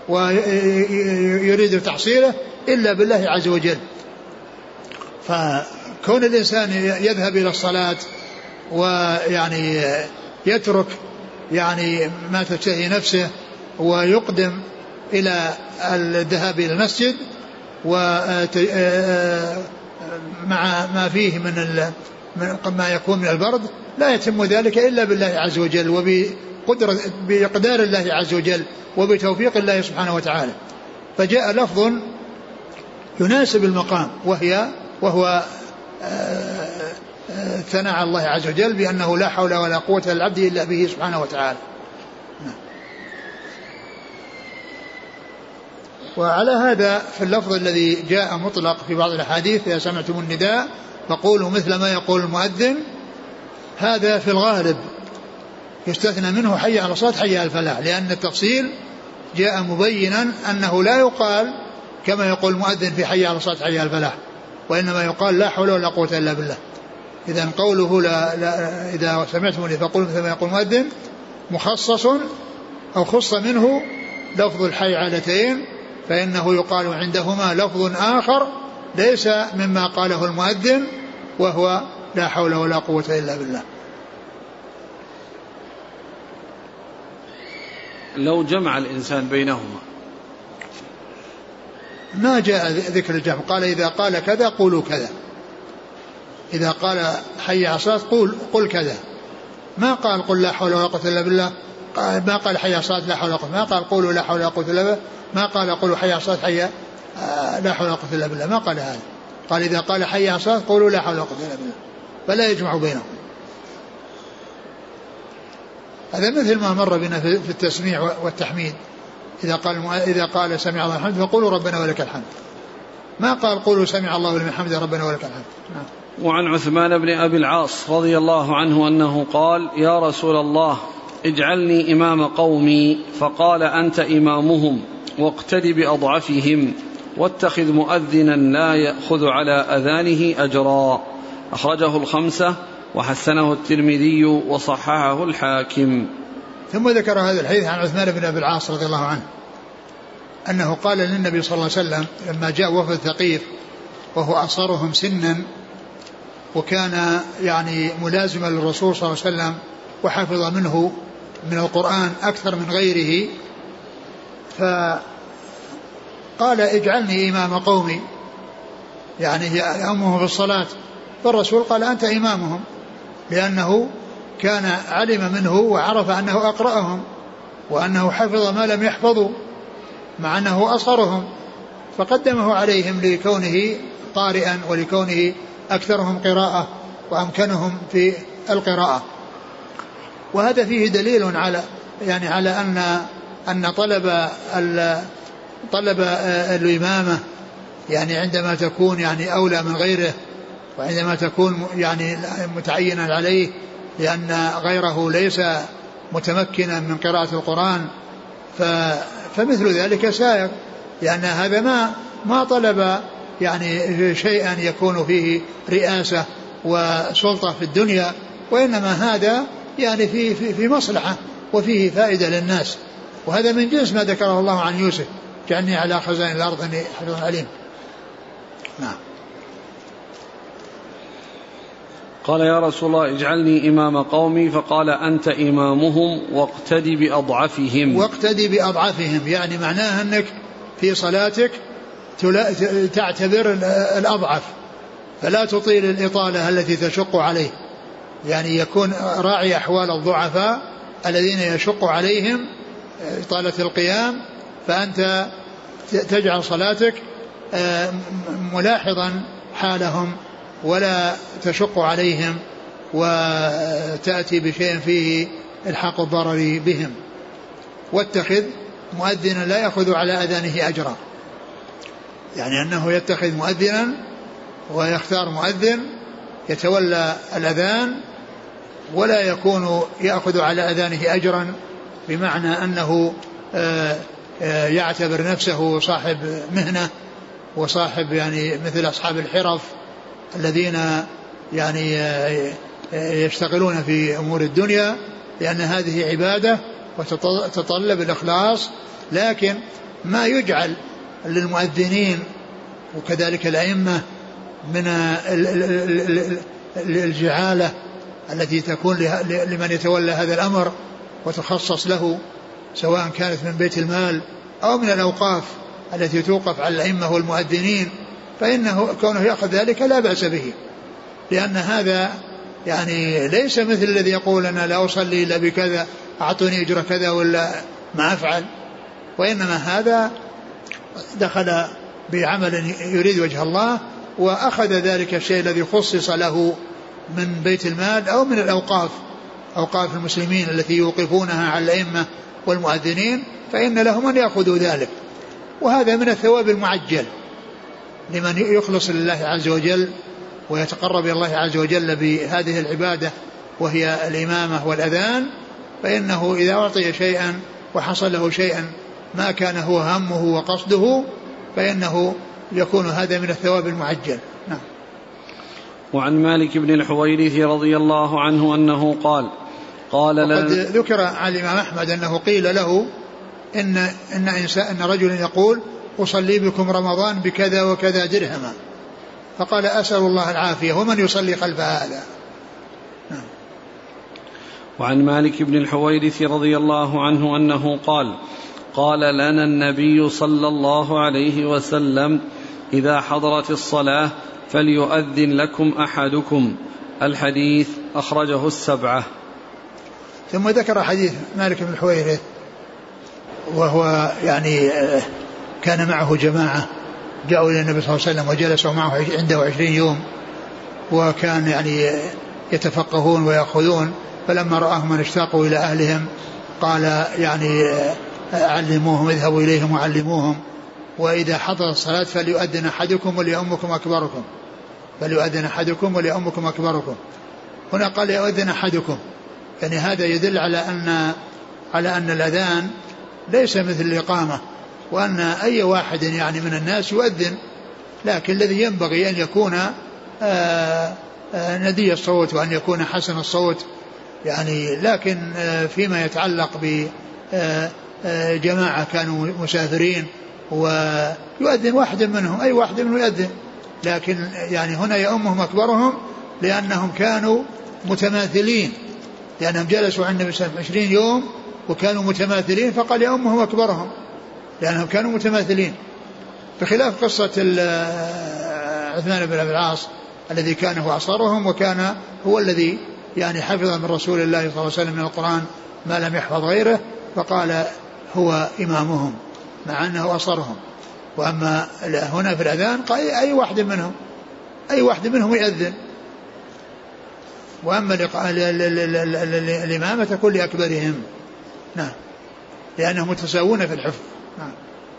ويريد تحصيله إلا بالله عز وجل. فكون الإنسان يذهب إلى الصلاة ويعني يترك يعني ما تشتهي نفسه ويقدم إلى الذهاب إلى المسجد ومع ما فيه من ما يكون من البرد لا يتم ذلك إلا بالله عز وجل وبقدر الله عز وجل وبتوفيق الله سبحانه وتعالى. فجاء لفظ يناسب المقام وهو ثناء على الله عز وجل بأنه لا حول ولا قوة للعبد إلا به سبحانه وتعالى. وعلى هذا في اللفظ الذي جاء مطلق في بعض الأحاديث إذا سمعتم النداء فقولوا مثل ما يقول المؤذن، هذا في الغالب يستثنى منه حي على الصلاة حي على الفلاح، لأن التفصيل جاء مبينا أنه لا يقال كما يقول المؤذن في حي على الصلاة حي على الفلاح، وإنما يقال لا حول ولا قوة إلا بالله. إذن قوله إذا سمعتم فقولوا مثل ما يقول المؤذن مخصص أو خص منه لفظ الحيعلتين، فإنه يقال عندهما لفظ آخر ليس مما قاله المؤذن وهو لا حول ولا قوة إلا بالله. لو جمع الإنسان بينهما ما جاء ذكر الجمع، قال إذا قال كذا قولوا كذا، إذا قال حي على الصلاة قل كذا، ما قال قل لا حول ولا قوة إلا بالله، ما قال حي على الصلاة لا حول ولا قوة، ما قال قولوا لا حول ولا قوة إلا بالله، ما قال قولوا حي على الصلاة حي لا حول ولا قوة إلا بالله، ما قال هذا، قال إذا قال حي على الصلاة قولوا لا حول ولا قوة إلا بالله، فلا يجمع بينهم. هذا مثل ما مر بنا في التسميع والتحميد، إذا قال سمع الله الحمد فقولوا ربنا ولك الحمد، ما قال قولوا سمع الله لمن حمده ربنا ولك الحمد. وعن عثمان بن أبي العاص رضي الله عنه أنه قال يا رسول الله اجعلني إمام قومي، فقال أنت إمامهم واقتد بأضعفهم واتخذ مؤذنا لا يأخذ على أذانه أجرا. أخرجه الخمسة وحسنه الترمذي وصححه الحاكم. ثم ذكر هذا الحديث عن عثمان بن أبي العاص رضي الله عنه أنه قال للنبي صلى الله عليه وسلم لما جاء وفد ثقيف وهو أصغرهم سنا وكان يعني ملازما للرسول صلى الله عليه وسلم وحفظ منه من القرآن أكثر من غيره، فقال اجعلني إمام قومي، يعني يأمهم في الصلاة. فالرسول قال أنت إمامهم، لأنه كان علم منه وعرف أنه أقرأهم وأنه حفظ ما لم يحفظوا مع أنه أصغرهم، فقدمه عليهم لكونه قارئا ولكونه أكثرهم قراءة وأمكنهم في القراءة. وهذا فيه دليل على يعني على أن طلب الإمامة يعني عندما تكون يعني أولى من غيره، وعندما تكون يعني متعينا عليه لأن غيره ليس متمكنا من قراءة القرآن، فمثل ذلك سائر، لأن هذا ما طلب يعني شيئا يكون فيه رئاسة وسلطة في الدنيا، وإنما هذا يعني في مصلحة وفيه فائدة للناس. وهذا من جنس ما ذكره الله عن يوسف جعلني على خزائن الأرض إني حفيظ عليم. نعم. قال يا رسول الله اجعلني إمام قومي، فقال أنت إمامهم واقتدي بأضعفهم. واقتدي بأضعفهم يعني معناها أنك في صلاتك تعتبر الأضعف، فلا تطيل الإطالة التي تشق عليه، يعني يكون راعي أحوال الضعفاء الذين يشق عليهم إطالة القيام، فأنت تجعل صلاتك ملاحظا حالهم ولا تشق عليهم وتأتي بشيء فيه الحاق الضرر بهم. واتخذ مؤذنا لا يأخذ على أذانه أجرا، يعني أنه يتخذ مؤذنا ويختار مؤذن يتولى الأذان ولا يكون يأخذ على أذانه أجرا، بمعنى أنه يعتبر نفسه صاحب مهنة وصاحب يعني مثل أصحاب الحرف الذين يعني يشتغلون في أمور الدنيا، لأن هذه عبادة وتتطلب الإخلاص. لكن ما يجعل للمؤذنين وكذلك الأئمة من الجعالة التي تكون لمن يتولى هذا الأمر وتخصص له، سواء كانت من بيت المال أو من الأوقاف التي توقف على الأئمة والمؤذنين، فإنه كونه يأخذ ذلك لا بأس به، لأن هذا يعني ليس مثل الذي يقول أنا لا أصلي إلا بكذا أعطوني أجر كذا ولا ما أفعل، وإنما هذا دخل بعمل يريد وجه الله وأخذ ذلك الشيء الذي خصص له من بيت المال أو من الأوقاف، أوقاف المسلمين التي يوقفونها على الأئمة والمؤذنين، فإن لهم أن يأخذوا ذلك. وهذا من الثواب المعجل لمن يخلص لله عز وجل ويتقرب إلى الله عز وجل بهذه العبادة وهي الإمامة والأذان، فإنه إذا أعطي شيئا وحصل له شيئا ما كان هو همه وقصده فإنه يكون هذا من الثواب المعجل. نعم. وعن مالك بن الحويرث رضي الله عنه أنه قال وقد ذكر عن الإمام أحمد أنه قيل له إن رجل يقول أصلي بكم رمضان بكذا وكذا درهما، فقال أسأل الله العافية ومن يصلي خلف هذا. نعم. وعن مالك بن الحويرث رضي الله عنه أنه قال لنا النبي صلى الله عليه وسلم إذا حضرت الصلاة فليؤذن لكم أحدكم. الحديث أخرجه السبعة. ثم ذكر حديث مالك بن الحويرث وهو يعني كان معه جماعة جاءوا إلى النبي صلى الله عليه وسلم وجلسوا معه عنده 20 يوم، وكان يعني يتفقهون ويأخذون، فلما رآهم من اشتاقوا إلى أهلهم قال يعني علموهم اذهبوا إليهم وعلموهم، وإذا حضر الصلاة فليؤذن أحدكم وليؤمكم أكبركم، فليؤذن أحدكم وليؤمكم أكبركم. هنا قال يؤذن أحدكم، يعني هذا يدل على أن الأذان ليس مثل الإقامة، وأن أي واحد يعني من الناس يؤذن، لكن الذي ينبغي أن يكون ندي الصوت وأن يكون حسن الصوت يعني. لكن فيما يتعلق بجماعة كانوا مسافرين ويؤذن واحد منهم، أي واحد منهم يؤذن، لكن يعني هنا يؤمهم أكبرهم لأنهم كانوا متماثلين، لأنهم جلسوا عند النبي صلى الله عليه وسلم 20 يوم وكانوا متماثلين، فقال يؤمهم أكبرهم لأنهم كانوا متماثلين، بخلاف قصة عثمان بن أبي العاص الذي كان هو أعصرهم وكان هو الذي يعني حفظ من رسول الله صلى الله عليه وسلم من القرآن ما لم يحفظ غيره، فقال هو إمامهم مع أنه أعصرهم. وأما هنا في الأذان قال أي واحد منهم يؤذن، وأما الإمامة تكون لأكبرهم، نعم، لأنهم متساوون في الحفظ، نعم.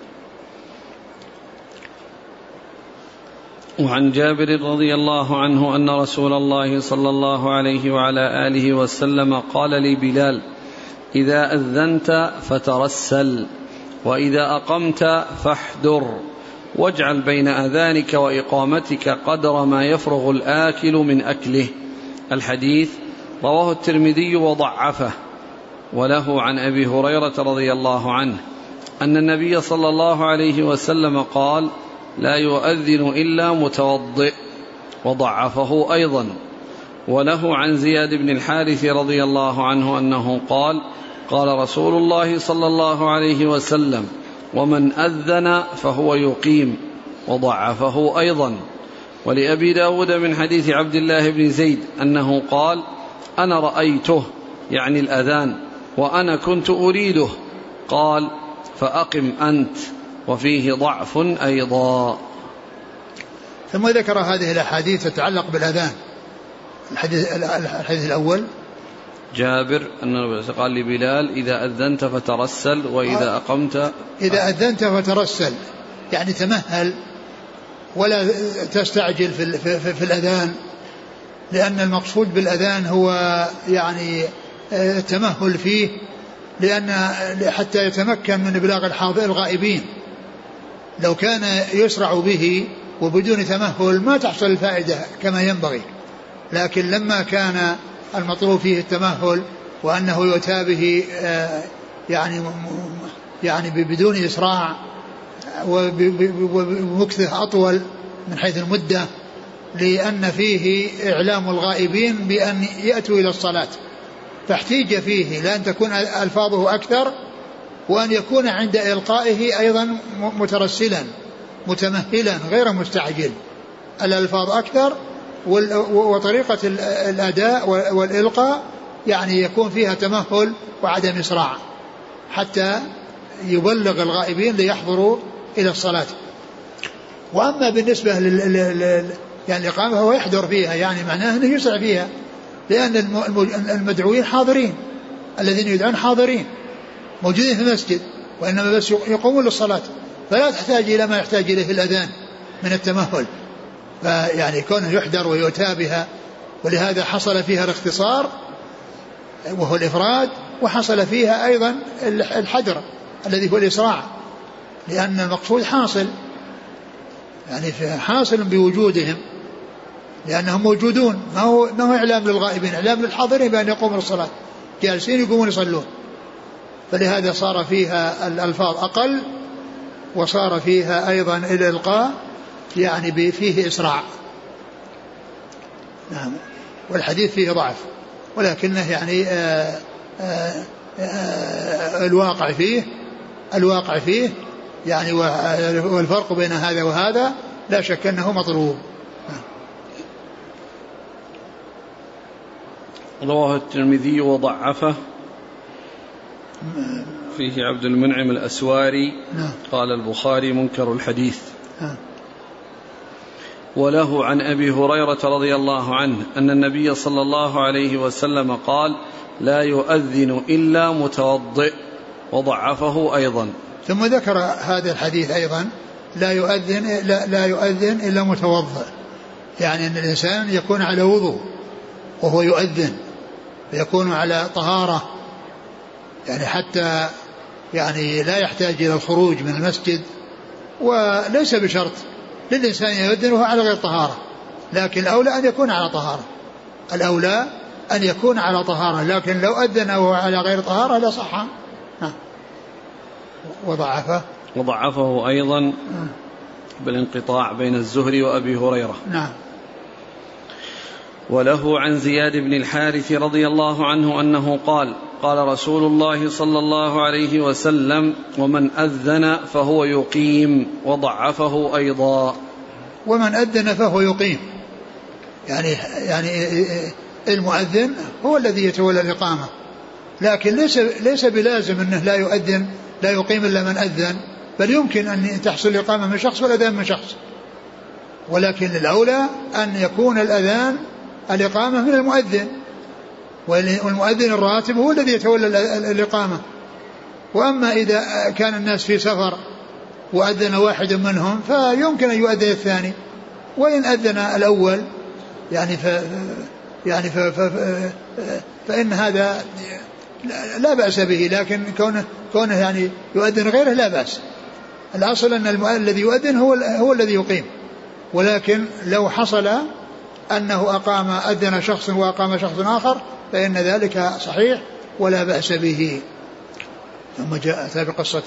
وعن جابر رضي الله عنه أن رسول الله صلى الله عليه وعلى آله وسلم قال لبلال: إذا أذنت فترسل، وإذا أقمت فاحدر، واجعل بين أذانك وإقامتك قدر ما يفرغ الآكل من أكله. الحديث رواه الترمذي وضعفه. وله عن أبي هريرة رضي الله عنه أن النبي صلى الله عليه وسلم قال: لا يؤذن إلا متوضئ، وضعفه أيضا. وله عن زياد بن الحارث رضي الله عنه أنه قال: قال رسول الله صلى الله عليه وسلم: ومن أذن فهو يقيم، وضعفه أيضا. ولأبي داود من حديث عبد الله بن زيد أنه قال: أنا رأيته، يعني الأذان، وأنا كنت أريده. قال: فأقم أنت. وفيه ضعف أيضا. ثم ذكر هذه الأحاديث تتعلق بالأذان. الحديث الأول جابر أنه قال لبلال: إذا أذنت فترسل، وإذا أقمت إذا أذنت فترسل، يعني تمهل ولا تستعجل في الأذان، لأن المقصود بالأذان هو يعني التمهل فيه، لأن حتى يتمكن من إبلاغ الغائبين. لو كان يسرع به وبدون تمهل ما تحصل الفائدة كما ينبغي، لكن لما كان المطلوب فيه التمهل وأنه يؤتى به يعني بدون إسراع وبمكثه أطول من حيث المدة، لأن فيه إعلام الغائبين بأن يأتوا إلى الصلاة، فاحتيج فيه لأن تكون ألفاظه أكثر، وأن يكون عند إلقائه أيضا مترسلا متمهلا غير مستعجل. الألفاظ أكثر وطريقة الأداء والإلقاء يعني يكون فيها تمهل وعدم إسراع حتى يبلغ الغائبين ليحضروا إلى الصلاة. وأما بالنسبة يعني الإقامة هو يحضر فيها، يعني معناه أنه يسرع فيها، لأن المدعوين حاضرين، الذين يدعون حاضرين موجودين في المسجد، وإنما بس يقومون للصلاة، فلا تحتاج إلى ما يحتاج إليه في الأذان من التمهل، فيعني كونه يحضر ويؤتى بها. ولهذا حصل فيها الاختصار وهو الإفراد، وحصل فيها أيضا الحدر الذي هو الإسراع، لأن المقصود حاصل، يعني حاصل بوجودهم لأنهم موجودون، ما هو إعلام للغائبين، إعلام للحاضرين بأن يقوموا للصلاة، جالسين يقومون يصلون. فلهذا صار فيها الألفاظ أقل، وصار فيها أيضا الإلقاء يعني فيه إسراع. نعم. والحديث فيه ضعف، ولكنه يعني الواقع فيه يعني، والفرق بين هذا وهذا لا شك أنه مطلوب. رواه الترمذي وضعفه. فيه عبد المنعم الأسواري قال البخاري منكر الحديث. وله عن أبي هريرة رضي الله عنه أن النبي صلى الله عليه وسلم قال: لا يؤذن إلا متوضئ، وضعفه أيضا. ثم ذكر هذا الحديث أيضا: لا يؤذن إلا متوضئ، يعني أن الإنسان يكون على وضوء وهو يؤذن، فيكون على طهارة يعني حتى يعني لا يحتاج إلى الخروج من المسجد. وليس بشرط للإنسان يؤذن وهو على غير طهارة، لكن الأولى أن يكون على طهارة، الأولى أن يكون على طهارة، لكن لو أذن وهو على غير طهارة لا صح. وضعفه أيضا بالانقطاع بين الزهري وأبي هريرة. نعم. وله عن زياد بن الحارث رضي الله عنه أنه قال: قال رسول الله صلى الله عليه وسلم: ومن أذن فهو يقيم. وضعفه أيضا. ومن أذن فهو يقيم، يعني المؤذن هو الذي يتولى الإقامة، لكن ليس بلازم أنه لا يؤذن لا يقيم إلا من أذن، بل يمكن أن تحصل الإقامة من شخص والأذان من شخص، ولكن الأولى أن يكون الإقامة من المؤذن، والمؤذن الراتب هو الذي يتولى الإقامة. وأما إذا كان الناس في سفر وأذن واحد منهم فيمكن أن يؤذن الثاني، وإن أذن الأول فإن هذا لا بأس به، لكن كونه يعني يؤذن غيره لا بأس. الأصل أن الذي يؤذن هو الذي يقيم، ولكن لو حصل أنه أذن شخص وأقام شخص آخر فإن ذلك صحيح ولا بأس به. ثم جاء بقصة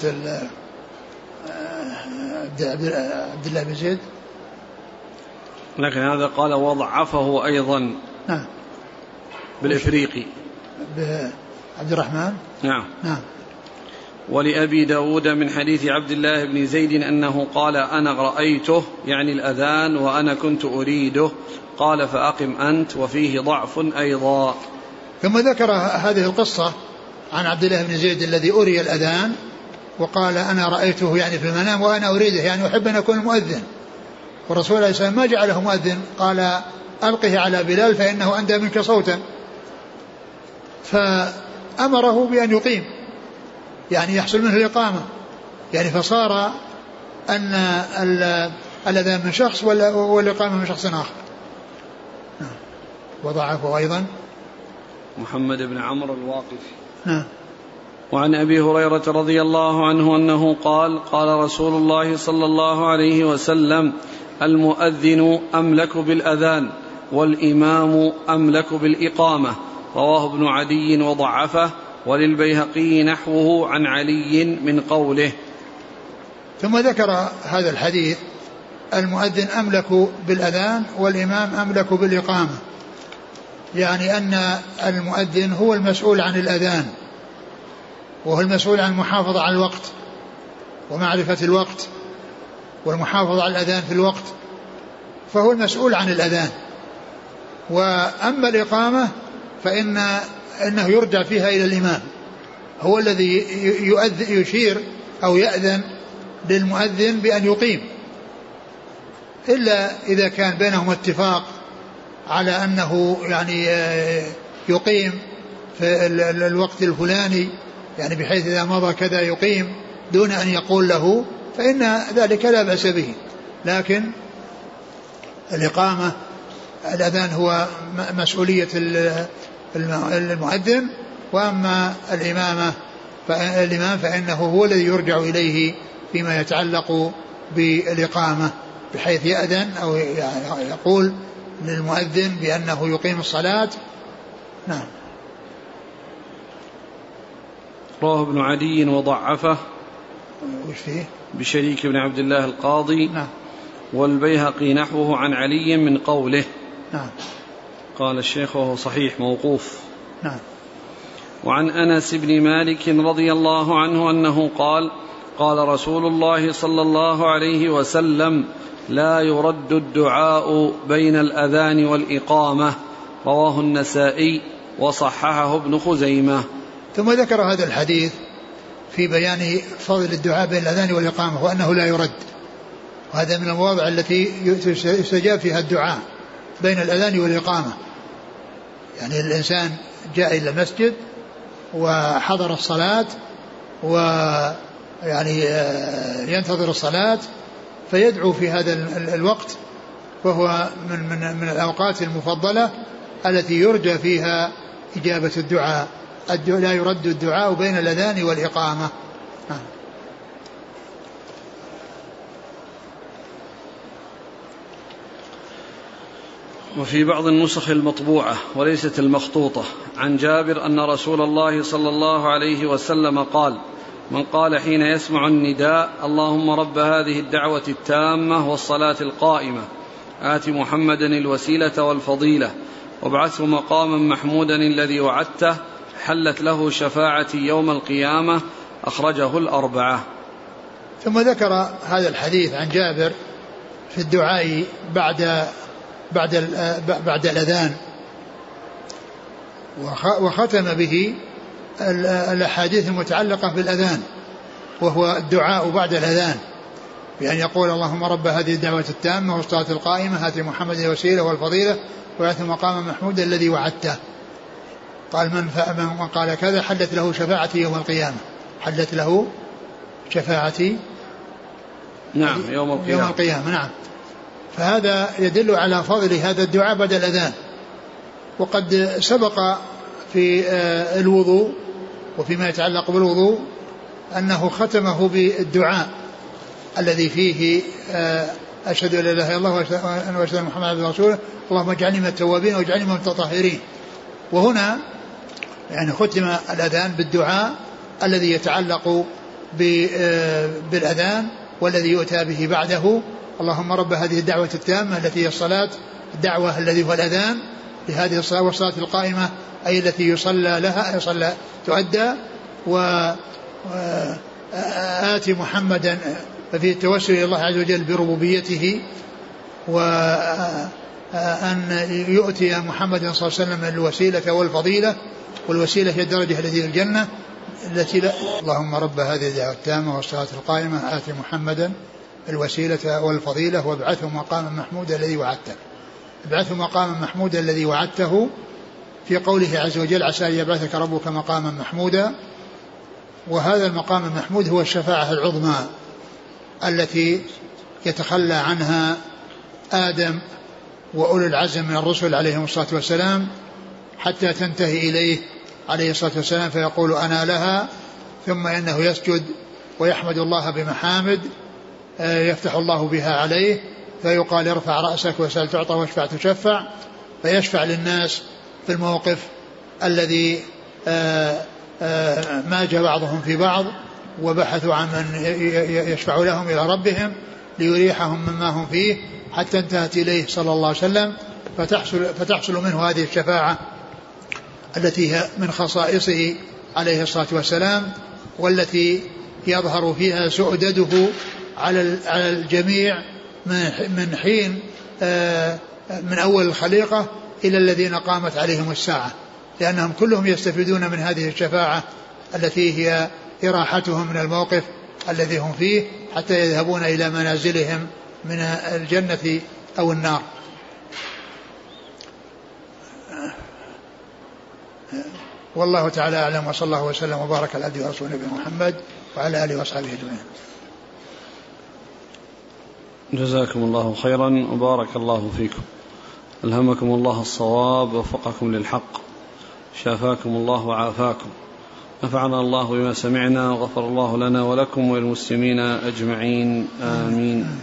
عبد الله بن زيد، لكن هذا قال وضعفه أيضا. نعم. بالإفريقي عبد الرحمن. نعم. نعم. ولأبي داود من حديث عبد الله بن زيد أنه قال: أنا رأيته يعني الأذان وأنا كنت أريده، قال: فأقم أنت. وفيه ضعف أيضا. ثم ذكر هذه القصة عن عبد الله بن زيد الذي أري الأذان وقال: أنا رأيته يعني في المنام وأنا أريده، يعني أحب أن أكون مؤذن، والرسول عليه السلام ما جعله مؤذن، قال: ألقه على بلال فإنه أندى منك صوتا، فأمره بأن يقيم يعني يحصل منه الإقامة، يعني فصار أن الأذان من شخص والإقامة من شخص آخر. وضعفه أيضا محمد بن عمرو الواقفي. نعم. وعن أبي هريرة رضي الله عنه أنه قال: قال رسول الله صلى الله عليه وسلم: المؤذن أملك بالأذان والإمام أملك بالإقامة. رواه ابن عدي وضعفه، وللبيهقي نحوه عن علي من قوله. ثم ذكر هذا الحديث: المؤذن أملك بالأذان والإمام أملك بالإقامة، يعني أن المؤذن هو المسؤول عن الأذان، وهو المسؤول عن المحافظة على الوقت ومعرفة الوقت والمحافظة على الأذان في الوقت، فهو المسؤول عن الأذان. وأما الإقامة فإنه يرجع فيها إلى الإمام، هو الذي يشير أو يأذن للمؤذن بأن يقيم، إلا إذا كان بينهم اتفاق على أنه يعني يقيم في الوقت الفلاني، يعني بحيث إذا مضى كذا يقيم دون أن يقول له، فإن ذلك لا بأس به. لكن الإقامة الأذان هو مسؤولية المؤذن، وأما الإمام فإنه هو الذي يرجع إليه فيما يتعلق بالإقامة، بحيث يأذن أو يقول للمؤذن بأنه يقيم الصلاة. نعم. رواه ابن عدي وضعفه. وش فيه؟ بشريك بن عبد الله القاضي. نعم. والبيهقي نحوه عن علي من قوله. نعم. قال الشيخ وهو صحيح موقوف. نعم. وعن أنس بن مالك رضي الله عنه أنه قال: قال رسول الله صلى الله عليه وسلم: لا يرد الدعاء بين الأذان والإقامة. رواه النسائي وصححه ابن خزيمة. ثم ذكر هذا الحديث في بيان فضل الدعاء بين الأذان والإقامة وأنه لا يرد، وهذا من المواضع التي يستجاب فيها الدعاء بين الأذان والإقامة. يعني الإنسان جاء إلى المسجد وحضر الصلاة ويعني ينتظر الصلاة فيدعو في هذا الوقت، وهو من الأوقات المفضلة التي يرجى فيها إجابة الدعاء، لا يرد الدعاء بين الأذان والإقامة. وفي بعض النسخ المطبوعة وليست المخطوطة عن جابر أن رسول الله صلى الله عليه وسلم قال: من قال حين يسمع النداء: اللهم رب هذه الدعوة التامة والصلاة القائمة آت محمدا الوسيلة والفضيلة وابعثه مقاما محمودا الذي وعدته، حلت له شفاعتي يوم القيامة. أخرجه الأربعة. ثم ذكر هذا الحديث عن جابر في الدعاء بعد الأذان، وختم به الأحاديث المتعلقة بالأذان، وهو الدعاء بعد الأذان بأن يقول: اللهم رب هذه الدعوة التامة والصلاة القائمة آت محمد الوسيلة والفضيلة وابعثه مقاما محمودا الذي وعدته. قال: من قال كذا حلت له شفاعتي يوم القيامة. حلت له شفاعتي يوم القيامة. نعم. فهذا يدل على فضل هذا الدعاء بعد الأذان. وقد سبق في الوضوء وفيما يتعلق بالوضوء أنه ختمه بالدعاء الذي فيه أشهد أن لا إله إلا الله وأشهد أن محمدا عبده ورسوله اللهم اجعلني من التوابين واجعلني من المتطهرين. وهنا يعني ختم الأذان بالدعاء الذي يتعلق بالأذان والذي يؤتى به بعده: اللهم رب هذه الدعوة التامة التي هي الصلاة، الدعوة الذي هو الأذان لهذه الصلاة، والصلاة القائمة أي التي يصلى لها تؤدى، وآتي محمدا ففي التوسل إلى الله عز وجل بربوبيته، وأن يؤتي محمد صلى الله عليه وسلم الوسيلة والفضيلة، والوسيلة هي الدرجة التي في الجنة التي اللهم رب هذه الدعوة التامة والصلاة القائمة آتي محمدا الوسيلة والفضيلة وابعثه مقاما محمودا الذي وعدته. ابعثه مقاما محمودا الذي وعدته في قوله عز وجل: عسى أن يبعثك ربك مقاما محمودا. وهذا المقام المحمود هو الشفاعة العظمى التي يتخلى عنها آدم وأولو العزم من الرسل عليهم الصلاة والسلام حتى تنتهي إليه عليه الصلاة والسلام فيقول أنا لها، ثم إنه يسجد ويحمد الله بمحامد يفتح الله بها عليه، فيقال: ارفع رأسك وسل تعطى واشفع تشفع، فيشفع للناس في الموقف الذي ماج بعضهم في بعض وبحثوا عن من يشفع لهم إلى ربهم ليريحهم مما هم فيه، حتى انتهت إليه صلى الله عليه وسلم، فتحصل منه هذه الشفاعة التي هي من خصائصه عليه الصلاة والسلام، والتي يظهر فيها سؤدده على الجميع من حين من أول الخليقة إلى الذين قامت عليهم الساعة، لأنهم كلهم يستفيدون من هذه الشفاعة التي هي إراحتهم من الموقف الذي هم فيه حتى يذهبون إلى منازلهم من الجنة أو النار. والله تعالى أعلم، وصلى الله وسلم وبارك على عبده ورسوله نبينا محمد وعلى آله وأصحابه أجمعين. جزاكم الله خيرا وبارك الله فيكم، ألهمكم الله الصواب ووفقكم للحق، شافاكم الله وعافاكم، نفعنا الله بما سمعنا وغفر الله لنا ولكم وللمسلمين أجمعين آمين.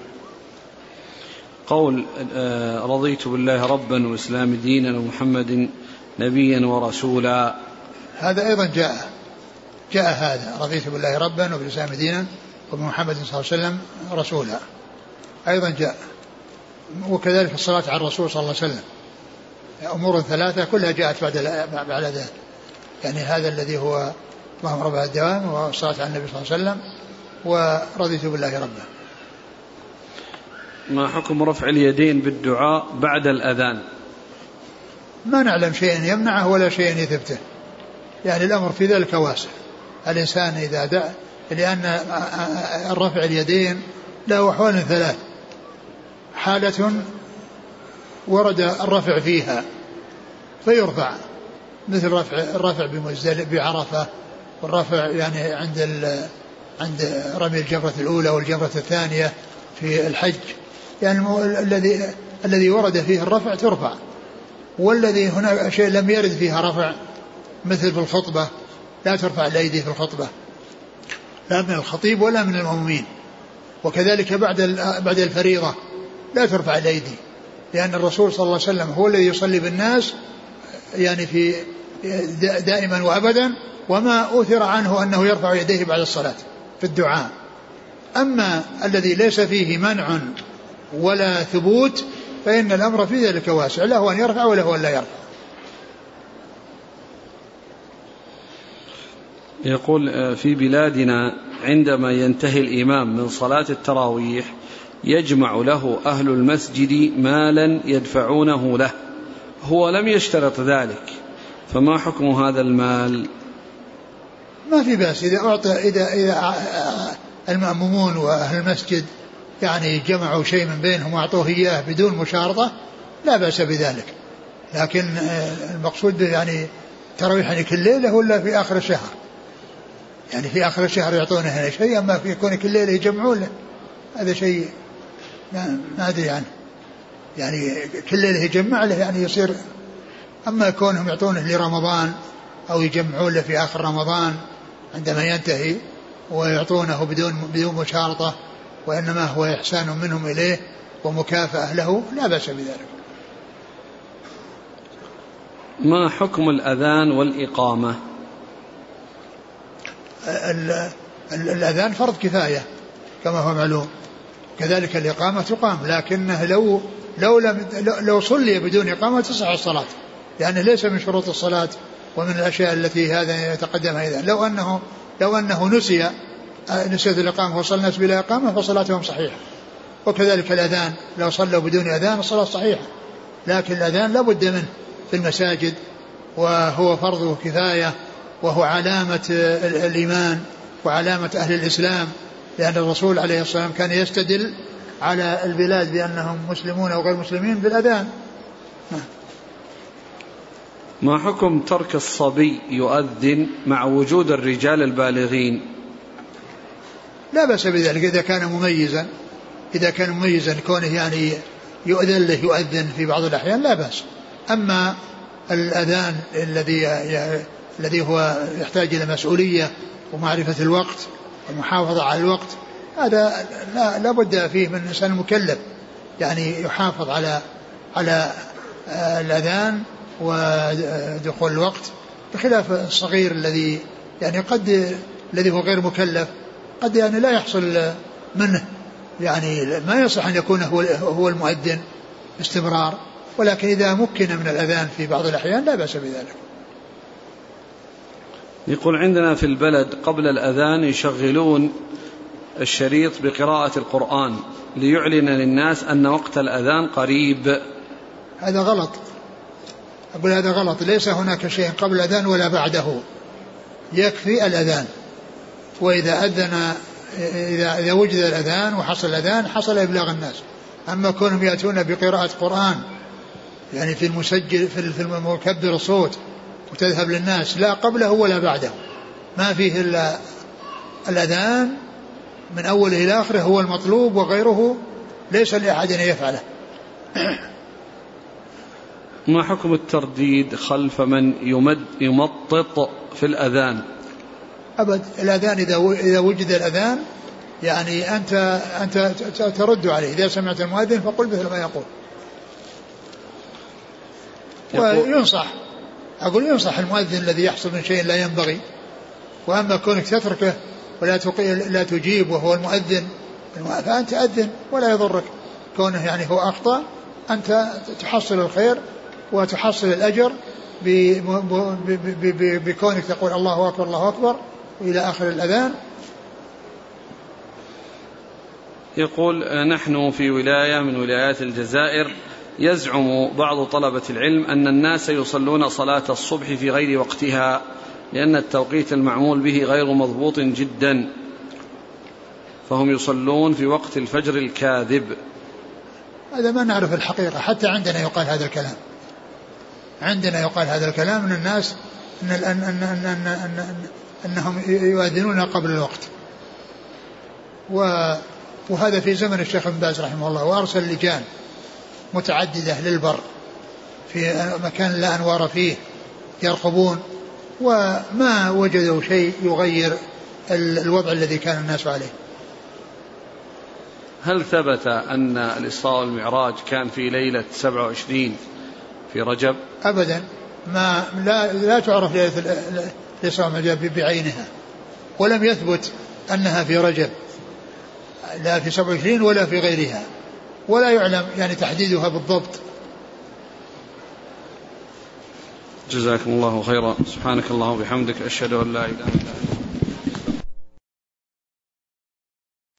قول رضيت بالله ربا والإسلام دينا ومحمد نبيا ورسولا، هذا أيضا جاء هذا رضيت بالله ربا وبالإسلام دينا وبمحمد صلى الله عليه وسلم رسولا أيضا جاء. وكذلك الصلاة على الرسول صلى الله عليه وسلم، أمور ثلاثة كلها جاءت بعد ذلك، يعني هذا الذي هو اللهم رب الدوام والصلاة على النبي صلى الله عليه وسلم ورضيت بالله ربا. ما حكم رفع اليدين بالدعاء بعد الأذان؟ ما نعلم شيء يمنعه ولا شيء يثبته، يعني الأمر في ذلك واسع. الإنسان إذا دعا، لأن رفع اليدين له أحوال ثلاث: حالة ورد الرفع فيها فيرفع، مثل الرفع بمزدلفة بعرفة، والرفع يعني عند رمي الجمرة الأولى والجمرة الثانية في الحج، يعني الذي ورد فيه الرفع ترفع، والذي هنا شيء لم يرد فيها رفع مثل في الخطبة، لا ترفع الأيدي في الخطبة لا من الخطيب ولا من المأمومين، وكذلك بعد الفريضة لا ترفع الأيدي، لأن الرسول صلى الله عليه وسلم هو الذي يصلي بالناس يعني في دائما وأبدا، وما أثر عنه أنه يرفع يديه بعد الصلاة في الدعاء. أما الذي ليس فيه منع ولا ثبوت فإن الأمر في ذلك واسع، له أن يرفع وله أن لا يرفع. يقول في بلادنا عندما ينتهي الإمام من صلاة التراويح يجمع له أهل المسجد مالا يدفعونه له، هو لم يشترط ذلك، فما حكم هذا المال؟ ما في بأس إذا أعطى، إذا المأمومون وأهل المسجد يعني جمعوا شيء من بينهم وأعطوه إياه بدون مشارطة لا بأس بذلك، لكن المقصود يعني تراويح يعني كل ليلة ولا في آخر الشهر؟ يعني في آخر الشهر يعطونه هنا شيء، أما في يكون كل ليلة يجمعون له هذا شيء ما أدري عنه، يعني كل ليلة يجمع له يعني يصير. أما يكونهم يعطونه لرمضان أو يجمعون له في آخر رمضان عندما ينتهي ويعطونه بدون مشارطة وإنما هو إحسان منهم إليه ومكافأة له لا بأس بذلك. ما حكم الأذان والإقامة؟ الأذان فرض كفاية كما هو معلوم، كذلك الإقامة تقام، لكنه لو صلي بدون إقامة تصح الصلاة، لأنه ليس من شروط الصلاة ومن الأشياء التي هذا يتقدمها. إذن لو أنه نسيت الإقامة وصلى الناس بلا إقامة فصلاتهم صحيحة، وكذلك الأذان لو صلوا بدون أذان الصلاة صحيحة، لكن الأذان لا بد منه في المساجد وهو فرض كفاية وهو علامة الإيمان وعلامة أهل الإسلام، لأن الرسول عليه الصلاة والسلام كان يستدل على البلاد بأنهم مسلمون أو غير مسلمين بالأذان. ما حكم ترك الصبي يؤذن مع وجود الرجال البالغين؟ لا بأس بذلك إذا كان مميزا كونه يعني يؤذن له يؤذن في بعض الأحيان لا بأس. أما الأذان الذي هو يحتاج إلى مسؤولية ومعرفة الوقت والمحافظة على الوقت هذا لا بد فيه من إنسان مكلف يعني يحافظ على الأذان ودخول الوقت، بخلاف الصغير الذي يعني الذي هو غير مكلف قد يعني لا يحصل منه، يعني ما يصح أن يكون هو المؤذن باستمرار، ولكن إذا مكن من الأذان في بعض الأحيان لا بأس بذلك. يقول عندنا في البلد قبل الأذان يشغلون الشريط بقراءة القرآن ليعلن للناس أن وقت الأذان قريب. هذا غلط، أقول هذا غلط، ليس هناك شيء قبل الأذان ولا بعده، يكفي الأذان، وإذا أذن إذا وجد الأذان وحصل الأذان حصل إبلاغ الناس. أما كونهم يأتون بقراءة قرآن يعني في المسجل في المكبر الصوت وتذهب للناس لا قبله ولا بعده، ما فيه إلا الأذان من أوله إلى آخره هو المطلوب، وغيره ليس لأحد أن يفعله. ما حكم الترديد خلف من يمطط في الأذان؟ أبد، الأذان إذا وجد الأذان يعني أنت ترد عليه، إذا سمعت المؤذن فقل مثل ما يقول. وينصح المؤذن الذي يحصل من شيء لا ينبغي، وأما كونك تتركه لا تجيب وهو المؤذن فأنت أذن ولا يضرك، كونه يعني هو أخطأ أنت تحصل الخير وتحصل الأجر بكونك تقول الله أكبر الله أكبر وإلى آخر الأذان. يقول نحن في ولاية من ولايات الجزائر يزعم بعض طلبة العلم أن الناس يصلون صلاة الصبح في غير وقتها لأن التوقيت المعمول به غير مضبوط جدا، فهم يصلون في وقت الفجر الكاذب. هذا ما نعرف الحقيقة، حتى عندنا يقال هذا الكلام، عندنا يقال هذا الكلام من الناس أنهم يؤذنون قبل الوقت، وهذا في زمن الشيخ ابن باز رحمه الله، وأرسل لجان متعددة للبر في مكان لا أنوار فيه يرقبون، وما وجدوا شيء يغير الوضع الذي كان الناس عليه. هل ثبت أن الإسراء والمعراج كان في ليلة 27 في رجب؟ أبدا، لا تعرف ليلة الإسراء والمعراج بعينها، ولم يثبت أنها في رجب لا في 27 ولا في غيرها، ولا يعلم يعني تحديدها بالضبط. جزاكم الله خيرا. سبحانك اللهم وبحمدك، أشهد أن لا إله إلا أنت.